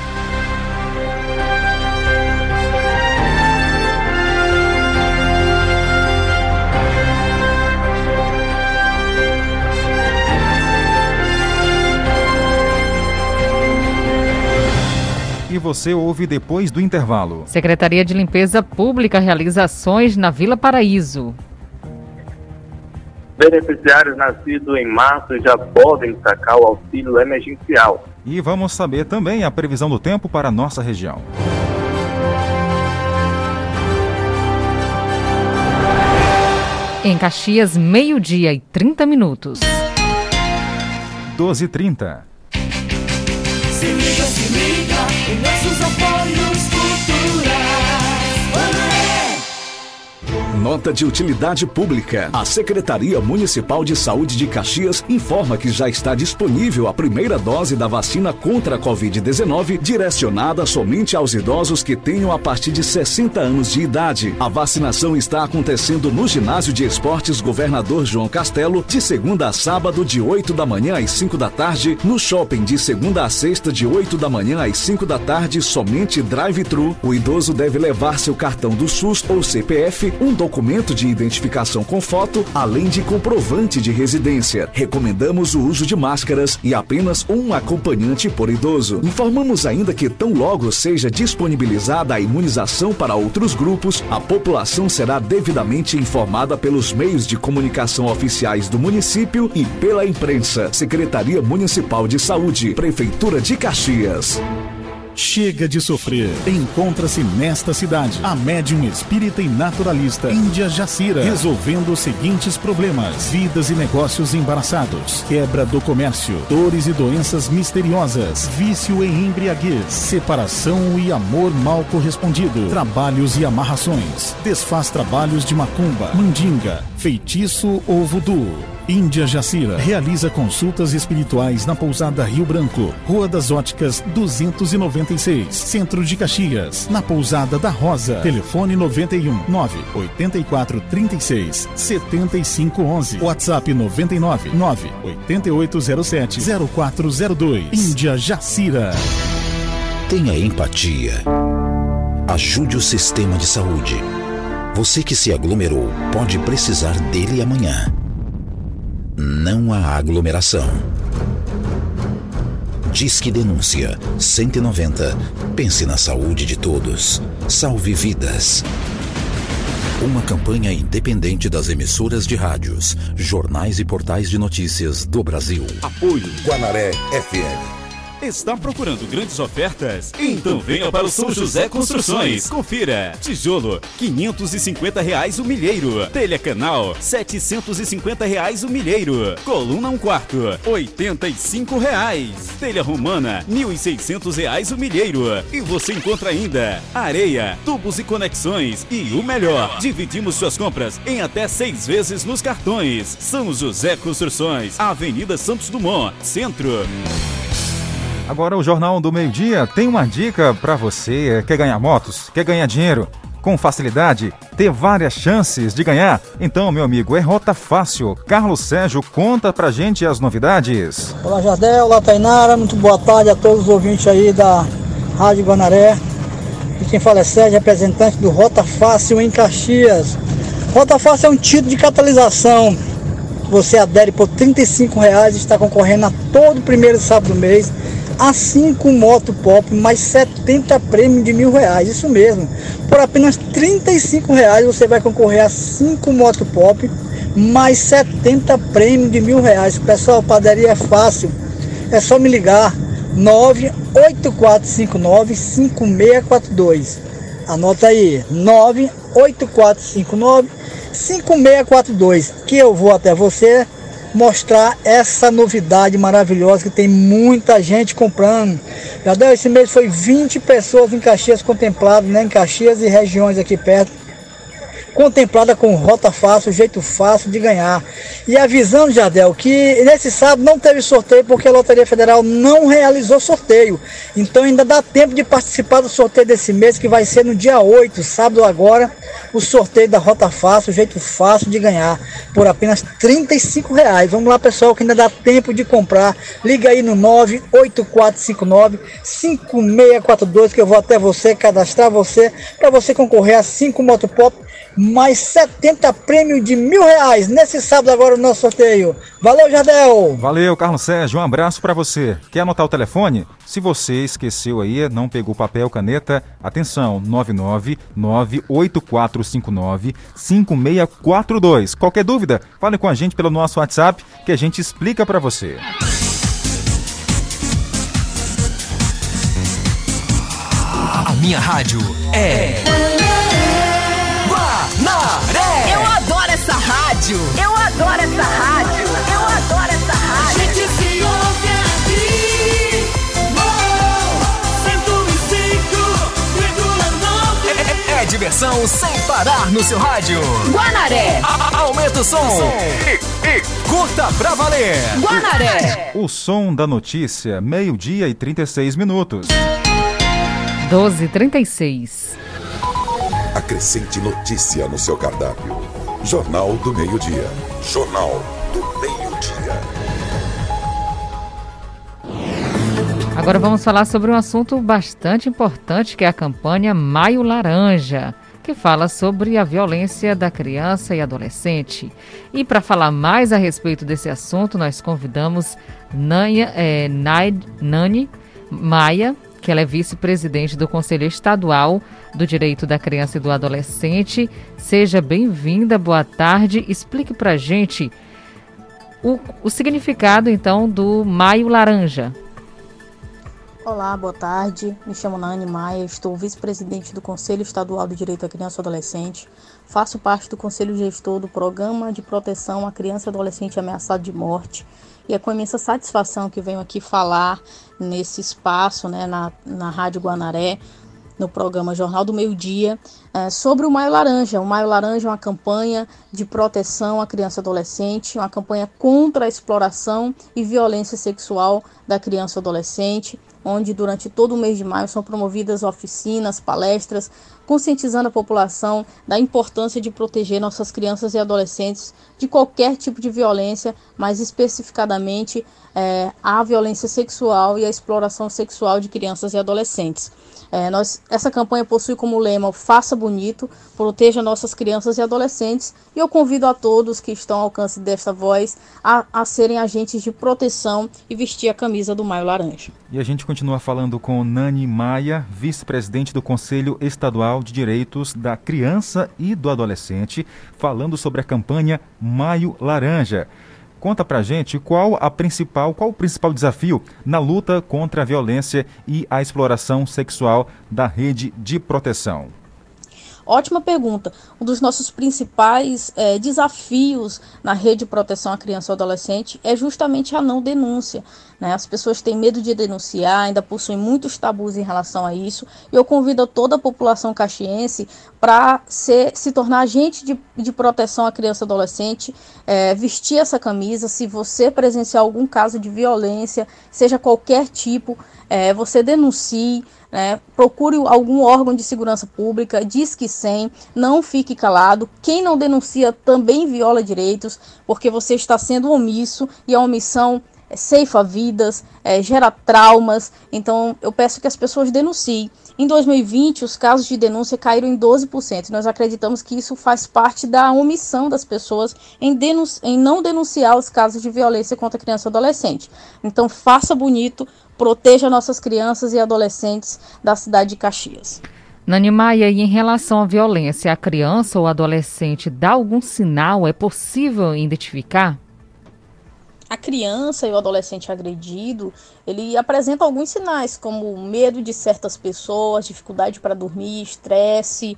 E você ouve depois do intervalo. Secretaria de Limpeza Pública realiza ações na Vila Paraíso. Beneficiários nascidos em março já podem sacar o auxílio emergencial. E vamos saber também a previsão do tempo para a nossa região. Em Caxias, 12:30. 12h30. Se liga em nossos apoios Nota de utilidade pública. A Secretaria Municipal de Saúde de Caxias informa que já está disponível a primeira dose da vacina contra a Covid-19, direcionada somente aos idosos que tenham a partir de 60 anos de idade. A vacinação está acontecendo no Ginásio de Esportes Governador João Castelo, de segunda a sábado, de 8 da manhã às 5 da tarde, no shopping de segunda a sexta, de 8 da manhã às 5 da tarde, somente drive-thru. O idoso deve levar seu cartão do SUS ou CPF, um documento de identificação com foto, além de comprovante de residência. Recomendamos o uso de máscaras e apenas um acompanhante por idoso. Informamos ainda que tão logo seja disponibilizada a imunização para outros grupos, a população será devidamente informada pelos meios de comunicação oficiais do município e pela imprensa. Secretaria Municipal de Saúde, Prefeitura de Caxias. Chega de sofrer. Encontra-se nesta cidade a médium espírita e naturalista Índia Jacira, resolvendo os seguintes problemas: vidas e negócios embaraçados, quebra do comércio, dores e doenças misteriosas, vício e embriaguez, separação e amor mal correspondido, trabalhos e amarrações, desfaz trabalhos de macumba, mandinga, feitiço ou voodoo. Índia Jacira realiza consultas espirituais na Pousada Rio Branco, Rua das Óticas 296, Centro de Caxias, na Pousada da Rosa. Telefone 91 984 36 7511, WhatsApp 99 98807 0402. Índia Jacira. Tenha empatia. Ajude o sistema de saúde. Você que se aglomerou pode precisar dele amanhã. Não há aglomeração. Disque Denúncia 190. Pense na saúde de todos. Salve vidas. Uma campanha independente das emissoras de rádios, jornais e portais de notícias do Brasil. Apoio Guanaré FM. Está procurando grandes ofertas? Então venha para o São José Construções. Confira. Tijolo, R$550 o milheiro. Telha canal, R$750 o milheiro. Coluna 1/4, R$85. Telha romana, R$1.600 o milheiro. E você encontra ainda areia, tubos e conexões. E o melhor, dividimos suas compras em até 6 vezes nos cartões. São José Construções, Avenida Santos Dumont, Centro. Agora o Jornal do Meio-Dia tem uma dica para você. Quer ganhar motos? Quer ganhar dinheiro? Com facilidade? Ter várias chances de ganhar? Então, meu amigo, é Rota Fácil. Carlos Sérgio conta pra gente as novidades. Olá, Jardel. Olá, Tainara. Muito boa tarde a todos os ouvintes aí da Rádio Guanaré. E quem fala é Sérgio, representante do Rota Fácil em Caxias. Rota Fácil é um título de catalisação. Você adere por R$35 e está concorrendo a todo primeiro sábado do mês a 5 moto pop mais 70 prêmios de R$1.000. Isso mesmo, por apenas R$35 você vai concorrer a 5 moto pop mais 70 prêmios de R$1.000. Pessoal, padaria é fácil. é só me ligar 98459-5642. Anota aí, 98459-5642, que eu vou até você mostrar essa novidade maravilhosa que tem muita gente comprando. Já deu, esse mês foi 20 pessoas em Caxias contempladas, né, em Caxias e regiões aqui perto, contemplada com rota fácil, jeito fácil de ganhar. E avisando, Jardel, que nesse sábado não teve sorteio porque a Loteria Federal não realizou sorteio. Então ainda dá tempo de participar do sorteio desse mês, que vai ser no dia 8, sábado agora, o sorteio da rota fácil, jeito fácil de ganhar, por apenas R$35. Vamos lá, pessoal, que ainda dá tempo de comprar. Liga aí no 98459-5642, que eu vou até você, cadastrar você, para você concorrer a 5 Motopop, mais 70 prêmios de R$1.000 nesse sábado agora no nosso sorteio. Valeu, Jardel! Valeu, Carlos Sérgio, um abraço para você. Quer anotar o telefone? Se você esqueceu aí, não pegou papel, caneta, atenção, 999-8459-5642. Qualquer dúvida, fale com a gente pelo nosso WhatsApp que a gente explica para você. A minha rádio é Guanaré. Eu adoro essa rádio. Eu adoro essa rádio. Eu adoro essa rádio. A gente se ouve aqui. 105,9. É diversão sem parar no seu rádio. Guanaré. Aumenta o som. E curta pra valer. Guanaré. O som da notícia, 12h36. 12h36. Acrescente notícia no seu cardápio. Jornal do Meio-Dia. Jornal do Meio-Dia. Agora vamos falar sobre um assunto bastante importante, que é a campanha Maio Laranja, que fala sobre a violência da criança e adolescente. E para falar mais a respeito desse assunto, nós convidamos Nani Maia, que ela é vice-presidente do Conselho Estadual do Direito da Criança e do Adolescente. Seja bem-vinda, boa tarde. Explique pra gente o significado, então, do Maio Laranja. Olá, boa tarde. Me chamo Nani Maia, estou vice-presidente do Conselho Estadual do Direito da Criança e do Adolescente. Faço parte do Conselho Gestor do Programa de Proteção à Criança e Adolescente Ameaçado de Morte. E é com imensa satisfação que venho aqui falar nesse espaço, né, na Rádio Guanaré, no programa Jornal do Meio-Dia, sobre o Maio Laranja. O Maio Laranja é uma campanha de proteção à criança e adolescente, uma campanha contra a exploração e violência sexual da criança e adolescente, onde durante todo o mês de maio são promovidas oficinas, palestras, conscientizando a população da importância de proteger nossas crianças e adolescentes de qualquer tipo de violência, mas especificadamente a violência sexual e a exploração sexual de crianças e adolescentes. Essa campanha possui como lema Faça Bonito, proteja nossas crianças e adolescentes, e eu convido a todos que estão ao alcance desta voz a serem agentes de proteção e vestir a camisa do Maio Laranja. E a gente continua falando com Nani Maia, vice-presidente do Conselho Estadual de Direitos da Criança e do Adolescente, falando sobre a campanha Maio Laranja. Conta pra gente qual o principal desafio na luta contra a violência e a exploração sexual da rede de proteção. Ótima pergunta. Um dos nossos principais desafios na rede de proteção à criança e ao adolescente é justamente a não denúncia, né? As pessoas têm medo de denunciar, ainda possuem muitos tabus em relação a isso. E eu convido toda a população caxiense para se tornar agente de proteção à criança e adolescente, vestir essa camisa. Se você presenciar algum caso de violência, seja qualquer tipo, você denuncie, né? Procure algum órgão de segurança pública, Disque 100, não fique calado. Quem não denuncia também viola direitos, porque você está sendo omisso, e a omissão ceifa vidas, gera traumas. Então eu peço que as pessoas denunciem. Em 2020, os casos de denúncia caíram em 12%. Nós acreditamos que isso faz parte da omissão das pessoas em não denunciar os casos de violência contra criança e adolescente. Então faça bonito, proteja nossas crianças e adolescentes da cidade de Caxias. Nani Maia, e em relação à violência, a criança ou adolescente dá algum sinal? É possível identificar? a criança e o adolescente agredido, ele apresenta alguns sinais, como medo de certas pessoas, dificuldade para dormir, estresse,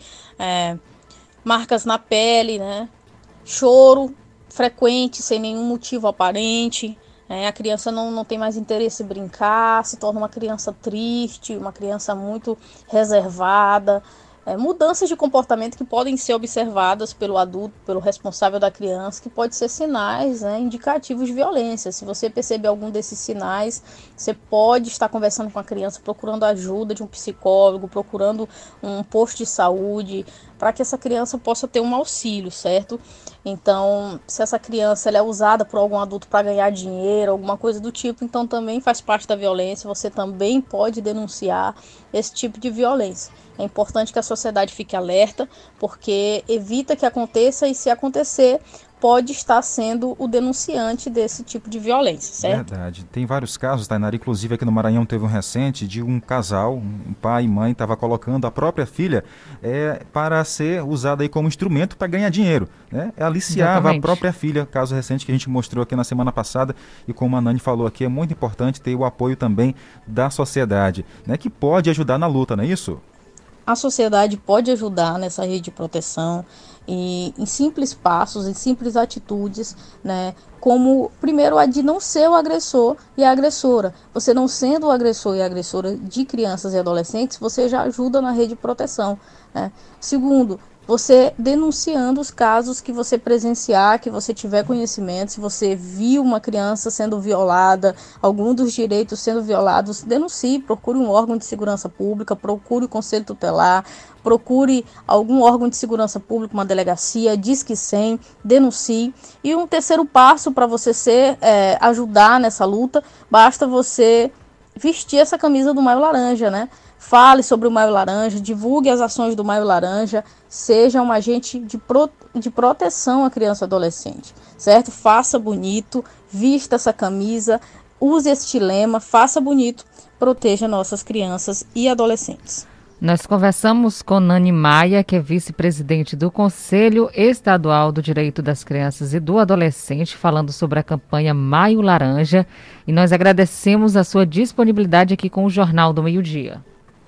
marcas na pele, né? Choro frequente, sem nenhum motivo aparente. A criança não tem mais interesse em brincar, se torna uma criança triste, uma criança muito reservada. Mudanças de comportamento que podem ser observadas pelo adulto, pelo responsável da criança, que pode ser sinais, né, indicativos de violência. Se você perceber algum desses sinais, você pode estar conversando com a criança, procurando ajuda de um psicólogo, procurando um posto de saúde, para que essa criança possa ter um auxílio, certo? Então, se essa criança ela é usada por algum adulto para ganhar dinheiro, alguma coisa do tipo, então também faz parte da violência, você também pode denunciar esse tipo de violência. É importante que a sociedade fique alerta, porque evita que aconteça e, se acontecer, pode estar sendo o denunciante desse tipo de violência, certo? Verdade. Tem vários casos, Tainara, inclusive aqui no Maranhão teve um recente de um casal, um pai e mãe, estava colocando a própria filha para ser usada aí como instrumento para ganhar dinheiro, né? Aliciava Exatamente. A própria filha, caso recente que a gente mostrou aqui na semana passada, e como a Nani falou aqui, é muito importante ter o apoio também da sociedade, né, que pode ajudar na luta, não é isso? A sociedade pode ajudar nessa rede de proteção e em simples passos, em simples atitudes, né? Como, primeiro, a de não ser o agressor e a agressora. Você não sendo o agressor e a agressora de crianças e adolescentes, você já ajuda na rede de proteção, né? Segundo, você denunciando os casos que você presenciar, que você tiver conhecimento, se você viu uma criança sendo violada, algum dos direitos sendo violados, denuncie, procure um órgão de segurança pública, procure o conselho tutelar, procure algum órgão de segurança pública, uma delegacia, Disque 100, denuncie. E um terceiro passo para você ajudar nessa luta, basta você vestir essa camisa do Maio Laranja, né? Fale sobre o Maio Laranja, divulgue as ações do Maio Laranja, seja um agente de proteção à criança e adolescente, certo? Faça bonito, vista essa camisa, use este lema, faça bonito, proteja nossas crianças e adolescentes. Nós conversamos com Nani Maia, que é vice-presidente do Conselho Estadual do Direito das Crianças e do Adolescente, falando sobre a campanha Maio Laranja, e nós agradecemos a sua disponibilidade aqui com o Jornal do Meio-Dia.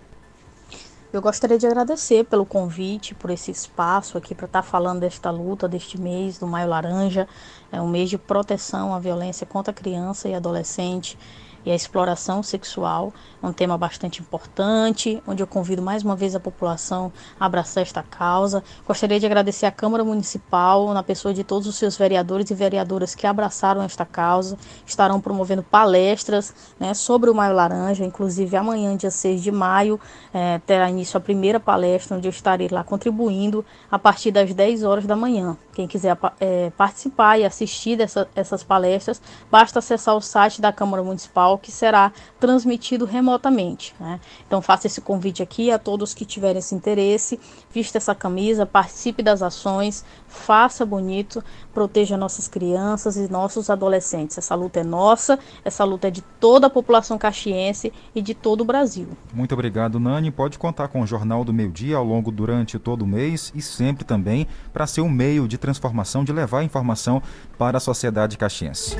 Eu gostaria de agradecer pelo convite, por esse espaço aqui para estar falando desta luta, deste mês do Maio Laranja. É um mês de proteção à violência contra a criança e adolescente e a exploração sexual. É um tema bastante importante, onde eu convido mais uma vez a população a abraçar esta causa. Gostaria de agradecer à Câmara Municipal, na pessoa de todos os seus vereadores e vereadoras que abraçaram esta causa, estarão promovendo palestras, né, sobre o Maio Laranja. Inclusive amanhã, dia 6 de maio, terá início a primeira palestra, onde eu estarei lá contribuindo a partir das 10 horas da manhã. Quem quiser participar e assistir essas palestras, basta acessar o site da Câmara Municipal, que será transmitido remotamente, né? Então faça esse convite aqui a todos que tiverem esse interesse, vista essa camisa, participe das ações, faça bonito, proteja nossas crianças e nossos adolescentes. Essa luta é nossa, essa luta é de toda a população caxiense e de todo o Brasil. Muito obrigado, Nani. Pode contar com o Jornal do Meio-Dia durante todo o mês e sempre também para ser um meio de transformação, de levar informação para a sociedade caxiense.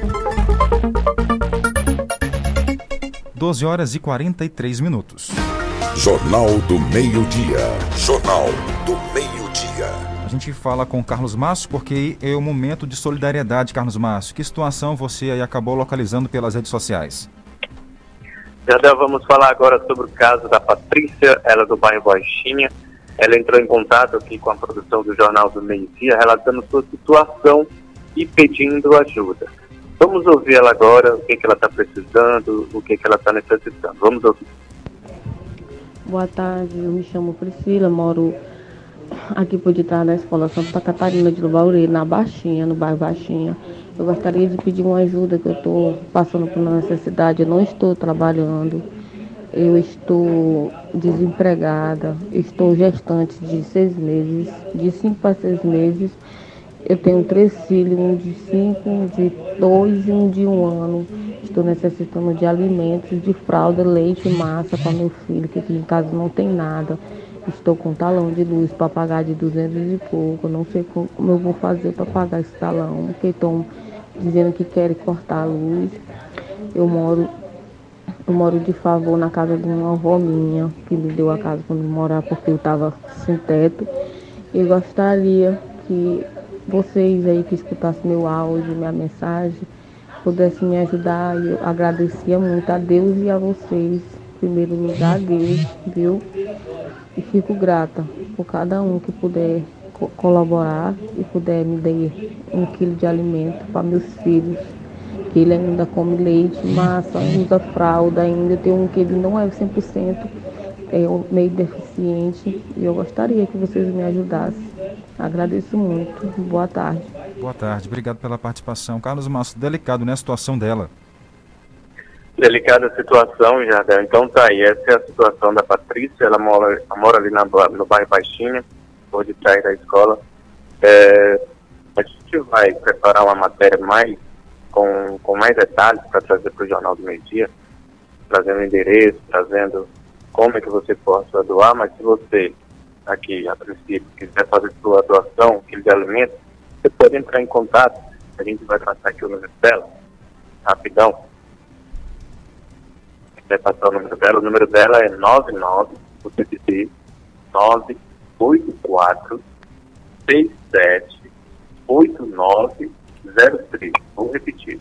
12 horas e 43 minutos. Jornal do Meio-Dia. Jornal do Meio-Dia. A gente fala com Carlos Márcio porque é um momento de solidariedade, Carlos Márcio. Que situação você aí acabou localizando pelas redes sociais? Jardel, vamos falar agora sobre o caso da Patrícia, ela do bairro Baixinha. Ela entrou em contato aqui com a produção do Jornal do Meio-Dia, relatando sua situação e pedindo ajuda. Vamos ouvir ela agora, o que ela está precisando, o que ela está necessitando. Vamos ouvir. Boa tarde, eu me chamo Priscila, moro aqui por detrás da Escola Santa Catarina de Bauru, na Baixinha, no bairro Baixinha. Eu gostaria de pedir uma ajuda, que eu estou passando por uma necessidade, eu não estou trabalhando, eu estou desempregada, estou gestante de 6 meses, de 5 para 6 meses. Eu tenho 3 filhos, um de 5, um de 2 e um de 1 ano. Estou necessitando de alimentos, de fralda, leite e massa para meu filho, que aqui em casa não tem nada. Estou com um talão de luz para pagar de 200 e pouco. Eu não sei como eu vou fazer para pagar esse talão, porque estou dizendo que querem cortar a luz. Eu moro de favor na casa de uma avó minha, que me deu a casa para me morar porque eu estava sem teto. Eu gostaria que vocês aí que escutassem meu áudio, minha mensagem, pudessem me ajudar. Eu agradecia muito a Deus e a vocês, em primeiro lugar a Deus, viu? E fico grata por cada um que puder colaborar e puder me dar 1 quilo de alimento para meus filhos, que ele ainda come leite, massa, usa fralda ainda, tem um que ele não é 100%, é meio deficiente, e eu gostaria que vocês me ajudassem. Agradeço muito. Boa tarde. Boa tarde, obrigado pela participação. Carlos Márcio, delicado, né, a situação dela? Delicada a situação, Jardel. Então tá aí, essa é a situação da Patrícia, ela mora ali no bairro Baixinha, por detrás da escola. A gente vai preparar uma matéria com mais detalhes para trazer para o Jornal do Meio-Dia, trazendo endereço, trazendo como é que você possa doar, mas se você aqui, a princípio, quiser fazer sua doação, quilo de alimento, você pode entrar em contato, a gente vai passar aqui o número dela, rapidão. Vai passar o número dela é 99-87-8903. Vou repetir.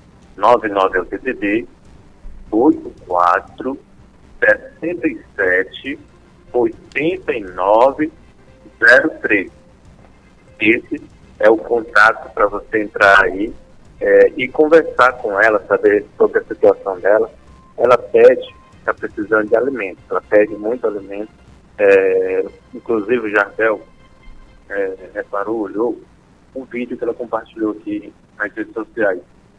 99-87-8903. Esse é o contato para você entrar aí e conversar com ela, saber sobre a situação dela. Ela pede, está precisando de alimento, ela pede muito alimento. Inclusive o Jardel reparou, olhou um vídeo que ela compartilhou aqui nas redes sociais.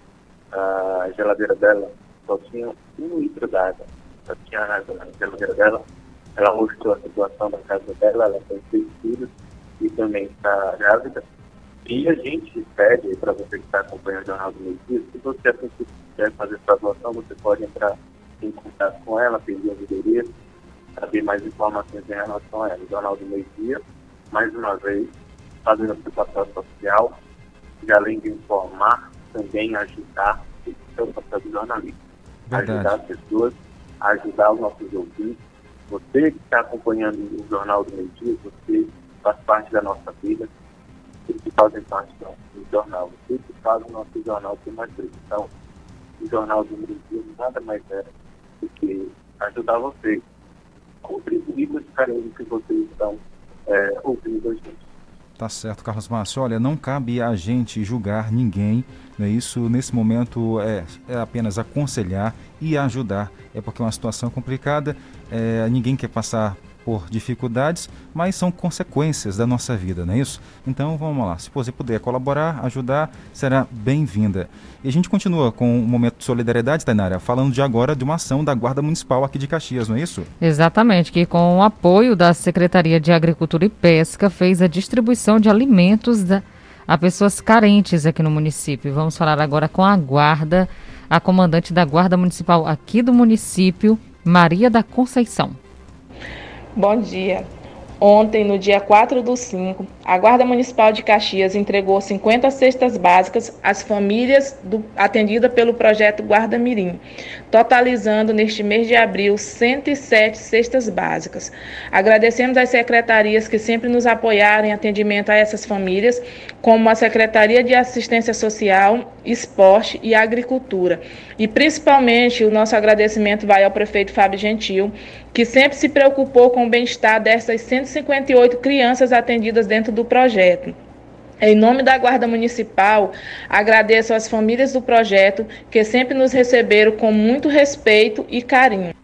A geladeira dela só tinha 1 litro d'água, só tinha água na geladeira dela. Ela mostrou a situação da casa dela, ela tem 6 filhos e também está grávida. E a gente pede para você que está acompanhando o Jornal do Meio-Dia, se você quiser fazer sua doação, você pode entrar em contato com ela, pedir o endereço, saber mais informações em relação a ela. O Jornal do Meio-Dia, mais uma vez, fazendo a sua papel social, e além de informar, também ajudar o seu papel de jornalista. Ajudar as pessoas, ajudar os nossos ouvintes. Você que está acompanhando o Jornal do Meio-Dia, você faz parte da nossa vida, você que faz parte do jornal, você que faz o nosso jornal ter mais vida. Então, o Jornal do Meio-Dia nada mais é do que ajudar vocês, contribuir com esse carinho que vocês estão ouvindo a gente. Tá certo, Carlos Márcio. Olha, não cabe a gente julgar ninguém, né? Isso, nesse momento, é apenas aconselhar e ajudar. É porque é uma situação complicada, ninguém quer passar por dificuldades, mas são consequências da nossa vida, não é isso? Então, vamos lá. Se você puder colaborar, ajudar, será bem-vinda. E a gente continua com um momento de solidariedade, Tainara, falando de uma ação da Guarda Municipal aqui de Caxias, não é isso? Exatamente, que com o apoio da Secretaria de Agricultura e Pesca fez a distribuição de alimentos a pessoas carentes aqui no município. Vamos falar agora com a comandante da Guarda Municipal aqui do município, Maria da Conceição. Bom dia. Ontem, no dia 4/5, a Guarda Municipal de Caxias entregou 50 cestas básicas às famílias atendidas pelo projeto Guarda Mirim, totalizando neste mês de abril 107 cestas básicas. Agradecemos às secretarias que sempre nos apoiaram em atendimento a essas famílias, como a Secretaria de Assistência Social, Esporte e Agricultura. E principalmente o nosso agradecimento vai ao prefeito Fábio Gentil, que sempre se preocupou com o bem-estar dessas 158 crianças atendidas dentro do projeto. Em nome da Guarda Municipal, agradeço às famílias do projeto que sempre nos receberam com muito respeito e carinho.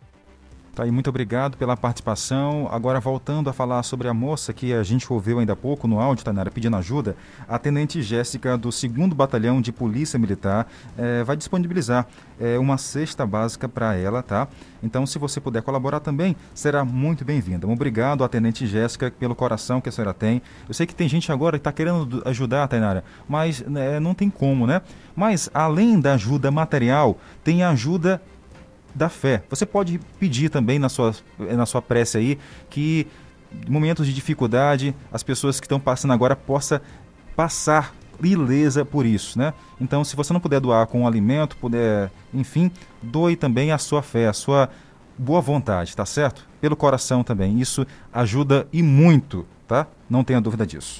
Tá aí, muito obrigado pela participação. Agora, voltando a falar sobre a moça que a gente ouviu ainda há pouco no áudio, Tainara, pedindo ajuda, a Tenente Jéssica, do 2º Batalhão de Polícia Militar, vai disponibilizar uma cesta básica para ela, tá? Então, se você puder colaborar também, será muito bem-vinda. Obrigado à Tenente Jéssica pelo coração que a senhora tem. Eu sei que tem gente agora que está querendo ajudar, Tainara, mas não tem como, né? Mas, além da ajuda material, tem a ajuda da fé. Você pode pedir também na sua prece aí que em momentos de dificuldade as pessoas que estão passando agora possam passar ilesa por isso, né? Então, se você não puder doar com um alimento, puder, enfim, doe também a sua fé, a sua boa vontade, tá certo? Pelo coração também. Isso ajuda e muito, tá? Não tenha dúvida disso.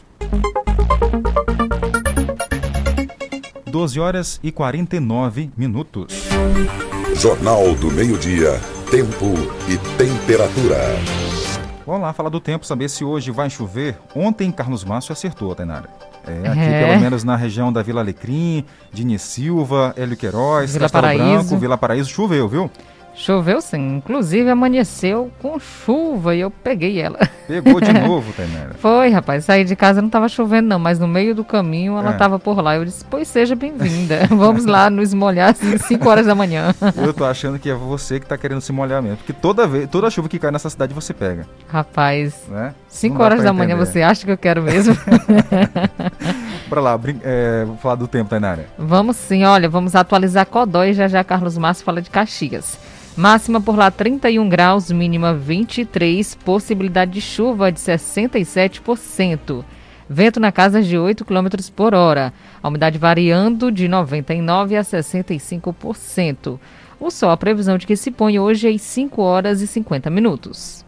12h49. Jornal do Meio-Dia. Tempo e temperatura. Vamos lá falar do tempo, saber se hoje vai chover. Ontem Carlos Márcio acertou, Tainara. Aqui pelo menos na região da Vila Alecrim, Dini Silva, Hélio Queiroz, Vila Castelo Paraíso. Branco, Vila Paraíso, choveu, viu? Choveu sim, inclusive amanheceu com chuva e eu peguei ela. Pegou de novo, Tainara. Foi, rapaz, saí de casa não estava chovendo não, mas no meio do caminho ela estava por lá. Eu disse, pois seja bem-vinda, vamos lá nos molhar às 5 horas da manhã. Eu tô achando que é você que tá querendo se molhar mesmo, porque toda chuva que cai nessa cidade você pega. Rapaz, né? 5 horas da manhã você acha que eu quero mesmo? Bora lá, vou falar do tempo, Tainara. Vamos sim, olha, vamos atualizar Codó e já Carlos Márcio fala de Caxias. Máxima por lá 31 graus, mínima 23, possibilidade de chuva de 67%. Vento na casa de 8 km por hora, a umidade variando de 99% a 65%. O sol, a previsão de que se põe hoje é às 5 horas e 50 minutos.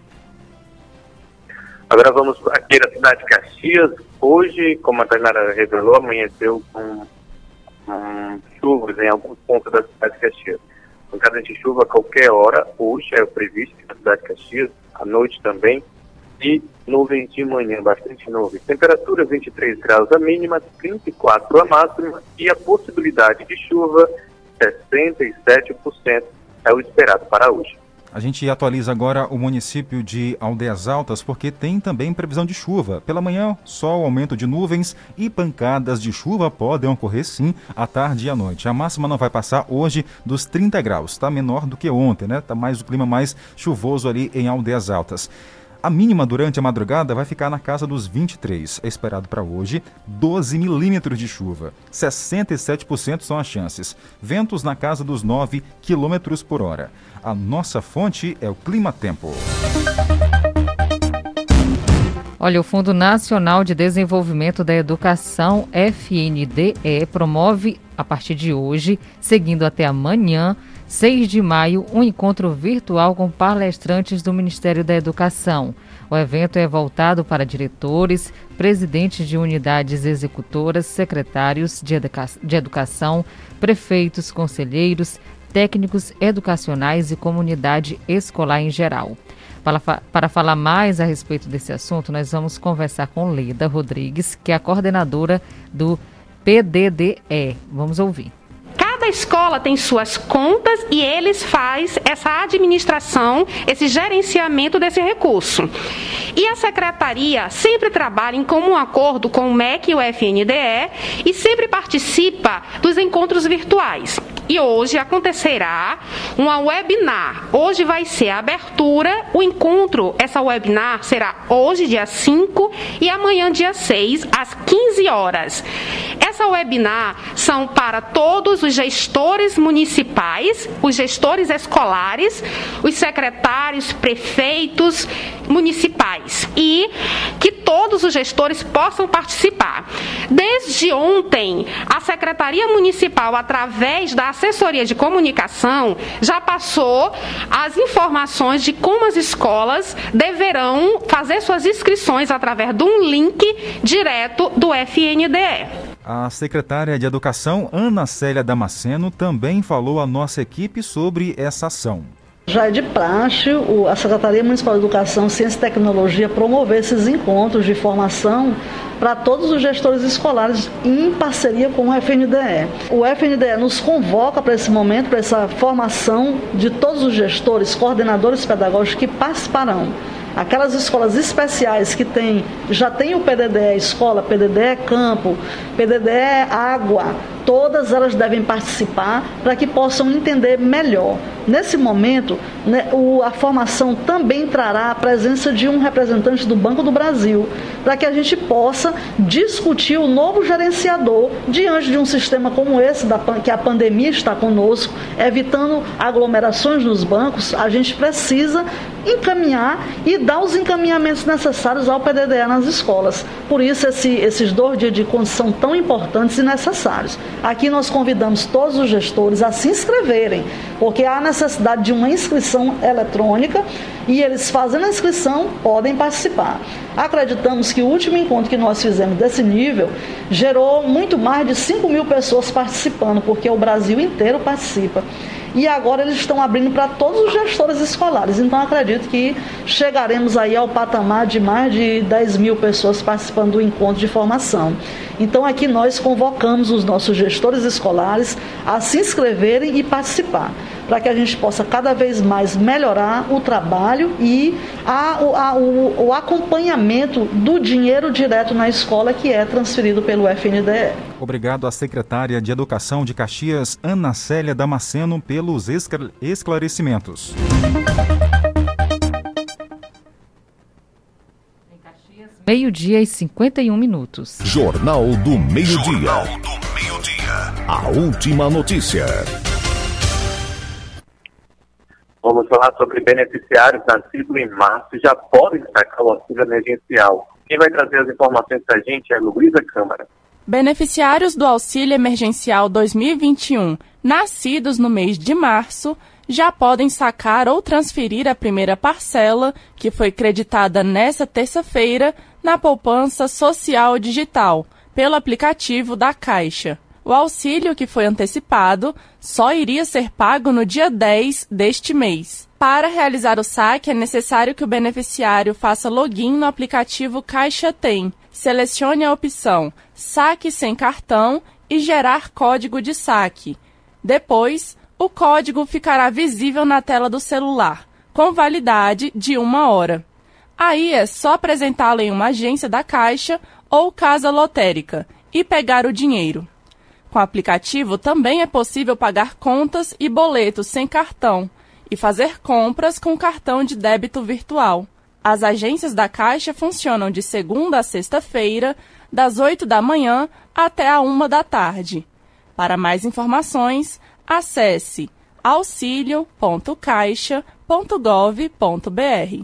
Agora vamos aqui na cidade de Caxias. Hoje, como a Tainara revelou, amanheceu com chuvas em alguns pontos da cidade de Caxias. Pancada de chuva a qualquer hora, hoje é previsto na cidade de Caxias, à noite também, e nuvens de manhã, bastante nuvens. Temperatura 23 graus a mínima, 34 a máxima, e a possibilidade de chuva 67% é o esperado para hoje. A gente atualiza agora o município de Aldeias Altas, porque tem também previsão de chuva. Pela manhã, sol, aumento de nuvens e pancadas de chuva podem ocorrer sim à tarde e à noite. A máxima não vai passar hoje dos 30 graus, está menor do que ontem, né? Está mais o clima mais chuvoso ali em Aldeias Altas. A mínima durante a madrugada vai ficar na casa dos 23. É esperado para hoje 12 milímetros de chuva. 67% são as chances. Ventos na casa dos 9 km por hora. A nossa fonte é o Clima Tempo. Olha, o Fundo Nacional de Desenvolvimento da Educação, FNDE, promove, a partir de hoje, seguindo até amanhã, 6 de maio, um encontro virtual com palestrantes do Ministério da Educação. O evento é voltado para diretores, presidentes de unidades executoras, secretários de educação, prefeitos, conselheiros, técnicos educacionais e comunidade escolar em geral. Para falar mais a respeito desse assunto, nós vamos conversar com Leda Rodrigues, que é a coordenadora do PDDE. Vamos ouvir. Cada escola tem suas contas e eles fazem essa administração, esse gerenciamento desse recurso. E a secretaria sempre trabalha em comum acordo com o MEC e o FNDE e sempre participa dos encontros virtuais. E hoje acontecerá uma webinar. Hoje vai ser a abertura, o encontro, essa webinar será hoje, dia 5, e amanhã, dia 6, às 15 horas. Essa webinar são para todos os gestores municipais, os gestores escolares, os secretários, prefeitos municipais e que todos os gestores possam participar. Desde ontem, a Secretaria Municipal, através da Assessoria de Comunicação, já passou as informações de como as escolas deverão fazer suas inscrições através de um link direto do FNDE. A secretária de Educação, Ana Célia Damasceno, também falou à nossa equipe sobre essa ação. Já é de praxe a Secretaria Municipal de Educação, Ciência e Tecnologia promover esses encontros de formação para todos os gestores escolares em parceria com o FNDE. O FNDE nos convoca para esse momento, para essa formação de todos os gestores, coordenadores pedagógicos que participarão. Aquelas escolas especiais que já tem o PDDE escola, PDDE campo, PDDE água, todas elas devem participar para que possam entender melhor. Nesse momento, a formação também trará a presença de um representante do Banco do Brasil, para que a gente possa discutir o novo gerenciador diante de um sistema como esse, que a pandemia está conosco, evitando aglomerações nos bancos. A gente precisa encaminhar e dar os encaminhamentos necessários ao PDDE nas escolas. Por isso, esses 2 dias de condição são tão importantes e necessários. Aqui nós convidamos todos os gestores a se inscreverem, porque há necessidade de uma inscrição eletrônica e eles fazendo a inscrição podem participar. Acreditamos que o último encontro que nós fizemos desse nível gerou muito mais de 5.000 pessoas participando, porque o Brasil inteiro participa. E agora eles estão abrindo para todos os gestores escolares. Então, acredito que chegaremos aí ao patamar de mais de 10.000 pessoas participando do encontro de formação. Então, aqui nós convocamos os nossos gestores escolares a se inscreverem e participar, para que a gente possa cada vez mais melhorar o trabalho e o acompanhamento do dinheiro direto na escola que é transferido pelo FNDE. Obrigado à secretária de Educação de Caxias, Ana Célia Damasceno, pelos esclarecimentos. Meio-dia e 51 minutos. Jornal do Meio-Dia. A última notícia. Vamos falar sobre beneficiários nascidos em março e já podem sacar o auxílio emergencial. Quem vai trazer as informações para a gente é Luísa Câmara. Beneficiários do Auxílio Emergencial 2021, nascidos no mês de março, já podem sacar ou transferir a primeira parcela, que foi creditada nesta terça-feira, na poupança social digital, pelo aplicativo da Caixa. O auxílio, que foi antecipado, só iria ser pago no dia 10 deste mês. Para realizar o saque, é necessário que o beneficiário faça login no aplicativo Caixa Tem. Selecione a opção Saque sem cartão e gerar código de saque. Depois, o código ficará visível na tela do celular, com validade de 1 hora. Aí é só apresentá-lo em uma agência da Caixa ou casa lotérica e pegar o dinheiro. Com o aplicativo também é possível pagar contas e boletos sem cartão e fazer compras com cartão de débito virtual. As agências da Caixa funcionam de segunda a sexta-feira, das 8 da manhã até a 1 da tarde. Para mais informações, acesse auxilio.caixa.gov.br.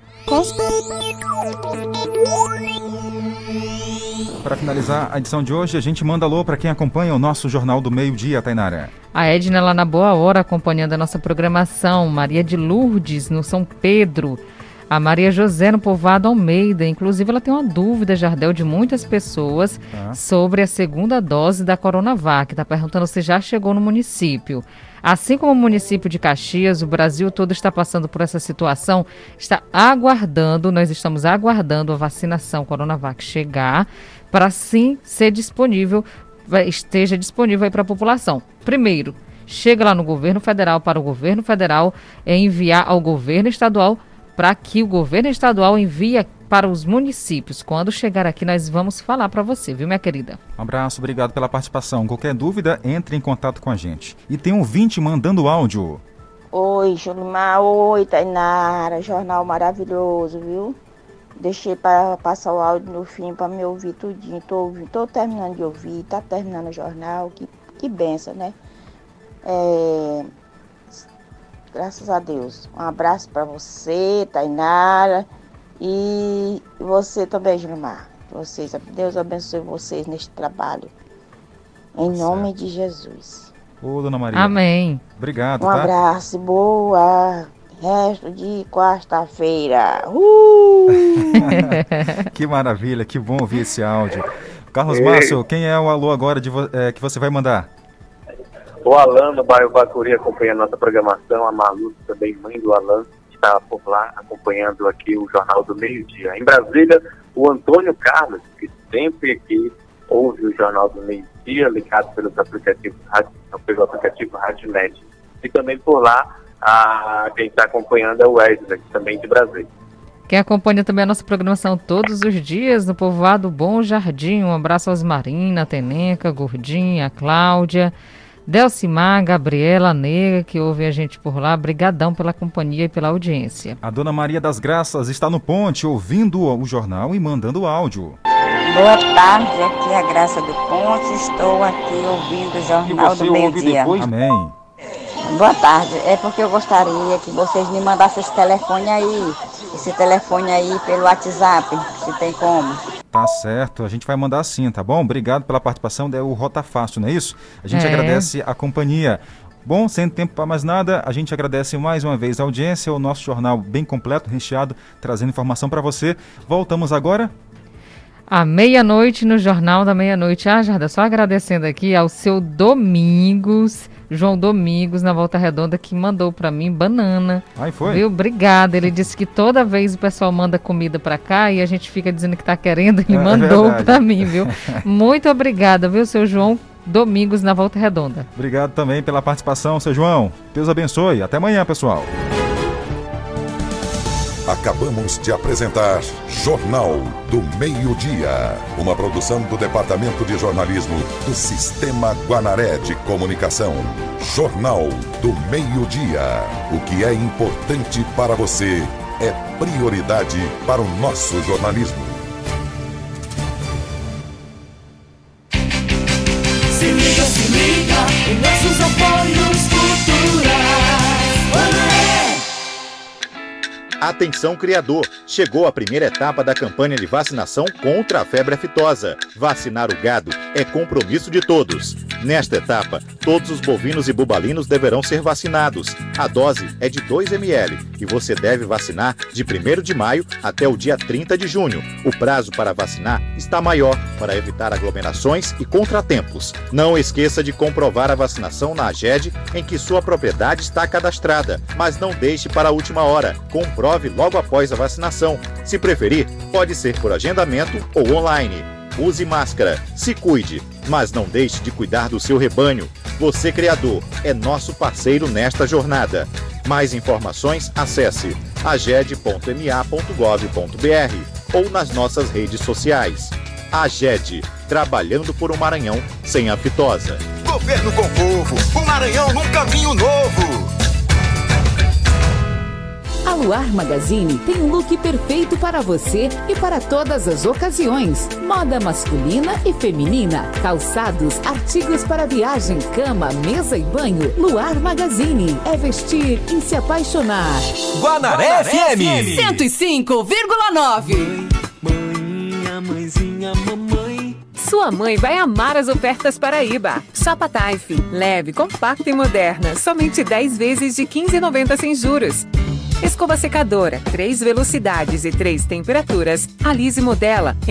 Para finalizar a edição de hoje, a gente manda alô para quem acompanha o nosso Jornal do Meio-Dia, Tainara. A Edna lá na Boa Hora acompanhando a nossa programação. Maria de Lourdes no São Pedro. A Maria José no Povoado Almeida. Inclusive, ela tem uma dúvida, Jardel, de muitas pessoas sobre a segunda dose da Coronavac. Está perguntando se já chegou no município. Assim como o município de Caxias, o Brasil todo está passando por essa situação, nós estamos aguardando a vacinação Coronavac chegar para sim ser disponível, esteja disponível aí para a população. Primeiro, chega lá no governo federal, para o governo federal enviar ao governo estadual, para que o governo estadual envie para os municípios. Quando chegar aqui, nós vamos falar para você, viu, minha querida? Um abraço, obrigado pela participação. Qualquer dúvida, entre em contato com a gente. E tem um ouvinte mandando áudio. Oi, Julimar. Oi, Tainara. Jornal maravilhoso, viu? Deixei para passar o áudio no fim para me ouvir tudinho. Tô terminando de ouvir, tá terminando o jornal. Que benção, né? Graças a Deus. Um abraço para você, Tainara. E você também, Gilmar. Deus abençoe vocês neste trabalho. Em nome de Jesus. Ô, Dona Maria. Amém. Obrigado, Um abraço, boa. Resto de quarta-feira. Que maravilha, que bom ouvir esse áudio. Carlos Márcio, quem é o alô agora que você vai mandar? O Alan, no bairro Bacuri, acompanhando nossa programação. A Malu, também mãe do Alan, está por lá acompanhando aqui o Jornal do Meio-Dia. Em Brasília, o Antônio Carlos, que sempre aqui ouve o Jornal do Meio-Dia, ligado pelo aplicativo RádioNet. E também por lá, quem está acompanhando é o Wesley, também de Brasília. Quem acompanha também a nossa programação todos os dias no Povoado Bom Jardim. Um abraço aos Marina, Teneca, Gordinha, Cláudia, Delcimar, Gabriela, Nega, que ouve a gente por lá. Brigadão pela companhia e pela audiência. A Dona Maria das Graças está no ponte, ouvindo o jornal e mandando áudio. Boa tarde, aqui é a Graça do Ponte. Estou aqui ouvindo o Jornal do Meio-Dia. Amém. Boa tarde. É porque eu gostaria que vocês me mandassem esse telefone aí pelo WhatsApp, se tem como. Tá certo, a gente vai mandar sim, tá bom? Obrigado pela participação, é o Rota Fácil, não é isso? A gente agradece a companhia. Bom, sem tempo para mais nada, a gente agradece mais uma vez a audiência, o nosso jornal bem completo, recheado, trazendo informação para você. Voltamos agora à meia-noite no Jornal da Meia-Noite. Jarda, só agradecendo aqui ao seu Domingos, João Domingos, na Volta Redonda, que mandou para mim banana. Ai, foi? Viu? Obrigada. Ele disse que toda vez o pessoal manda comida para cá e a gente fica dizendo que tá querendo, ele mandou para mim, viu? Muito obrigada, viu, seu João Domingos, na Volta Redonda. Obrigado também pela participação, seu João. Deus abençoe. Até amanhã, pessoal. Acabamos de apresentar Jornal do Meio-Dia, uma produção do Departamento de Jornalismo do Sistema Guanaré de Comunicação. Jornal do Meio-Dia. O que é importante para você é prioridade para o nosso jornalismo. Se liga, em nossos apoios culturais. Atenção, criador! Chegou a primeira etapa da campanha de vacinação contra a febre aftosa. Vacinar o gado é compromisso de todos. Nesta etapa, todos os bovinos e bubalinos deverão ser vacinados. A dose é de 2 ml e você deve vacinar de 1º de maio até o dia 30 de junho. O prazo para vacinar está maior para evitar aglomerações e contratempos. Não esqueça de comprovar a vacinação na AGED em que sua propriedade está cadastrada, mas não deixe para a última hora. Comprove logo após a vacinação. Se preferir, pode ser por agendamento ou online. Use máscara, se cuide, mas não deixe de cuidar do seu rebanho. Você, criador, é nosso parceiro nesta jornada. Mais informações, acesse aged.ma.gov.br ou nas nossas redes sociais. AGED, trabalhando por um Maranhão sem aftosa. Governo com o povo, o Maranhão num caminho novo. A Luar Magazine tem um look perfeito para você e para todas as ocasiões. Moda masculina e feminina, calçados, artigos para viagem, cama, mesa e banho. Luar Magazine é vestir e se apaixonar. Guanaré FM 105,9. Mãezinha, mamãe. Sua mãe vai amar as ofertas Paraíba. Chapa Taif, leve, compacta e moderna. Somente 10 vezes de R$ 15,90 sem juros. Escova secadora, 3 velocidades e 3 temperaturas. Alise Modela.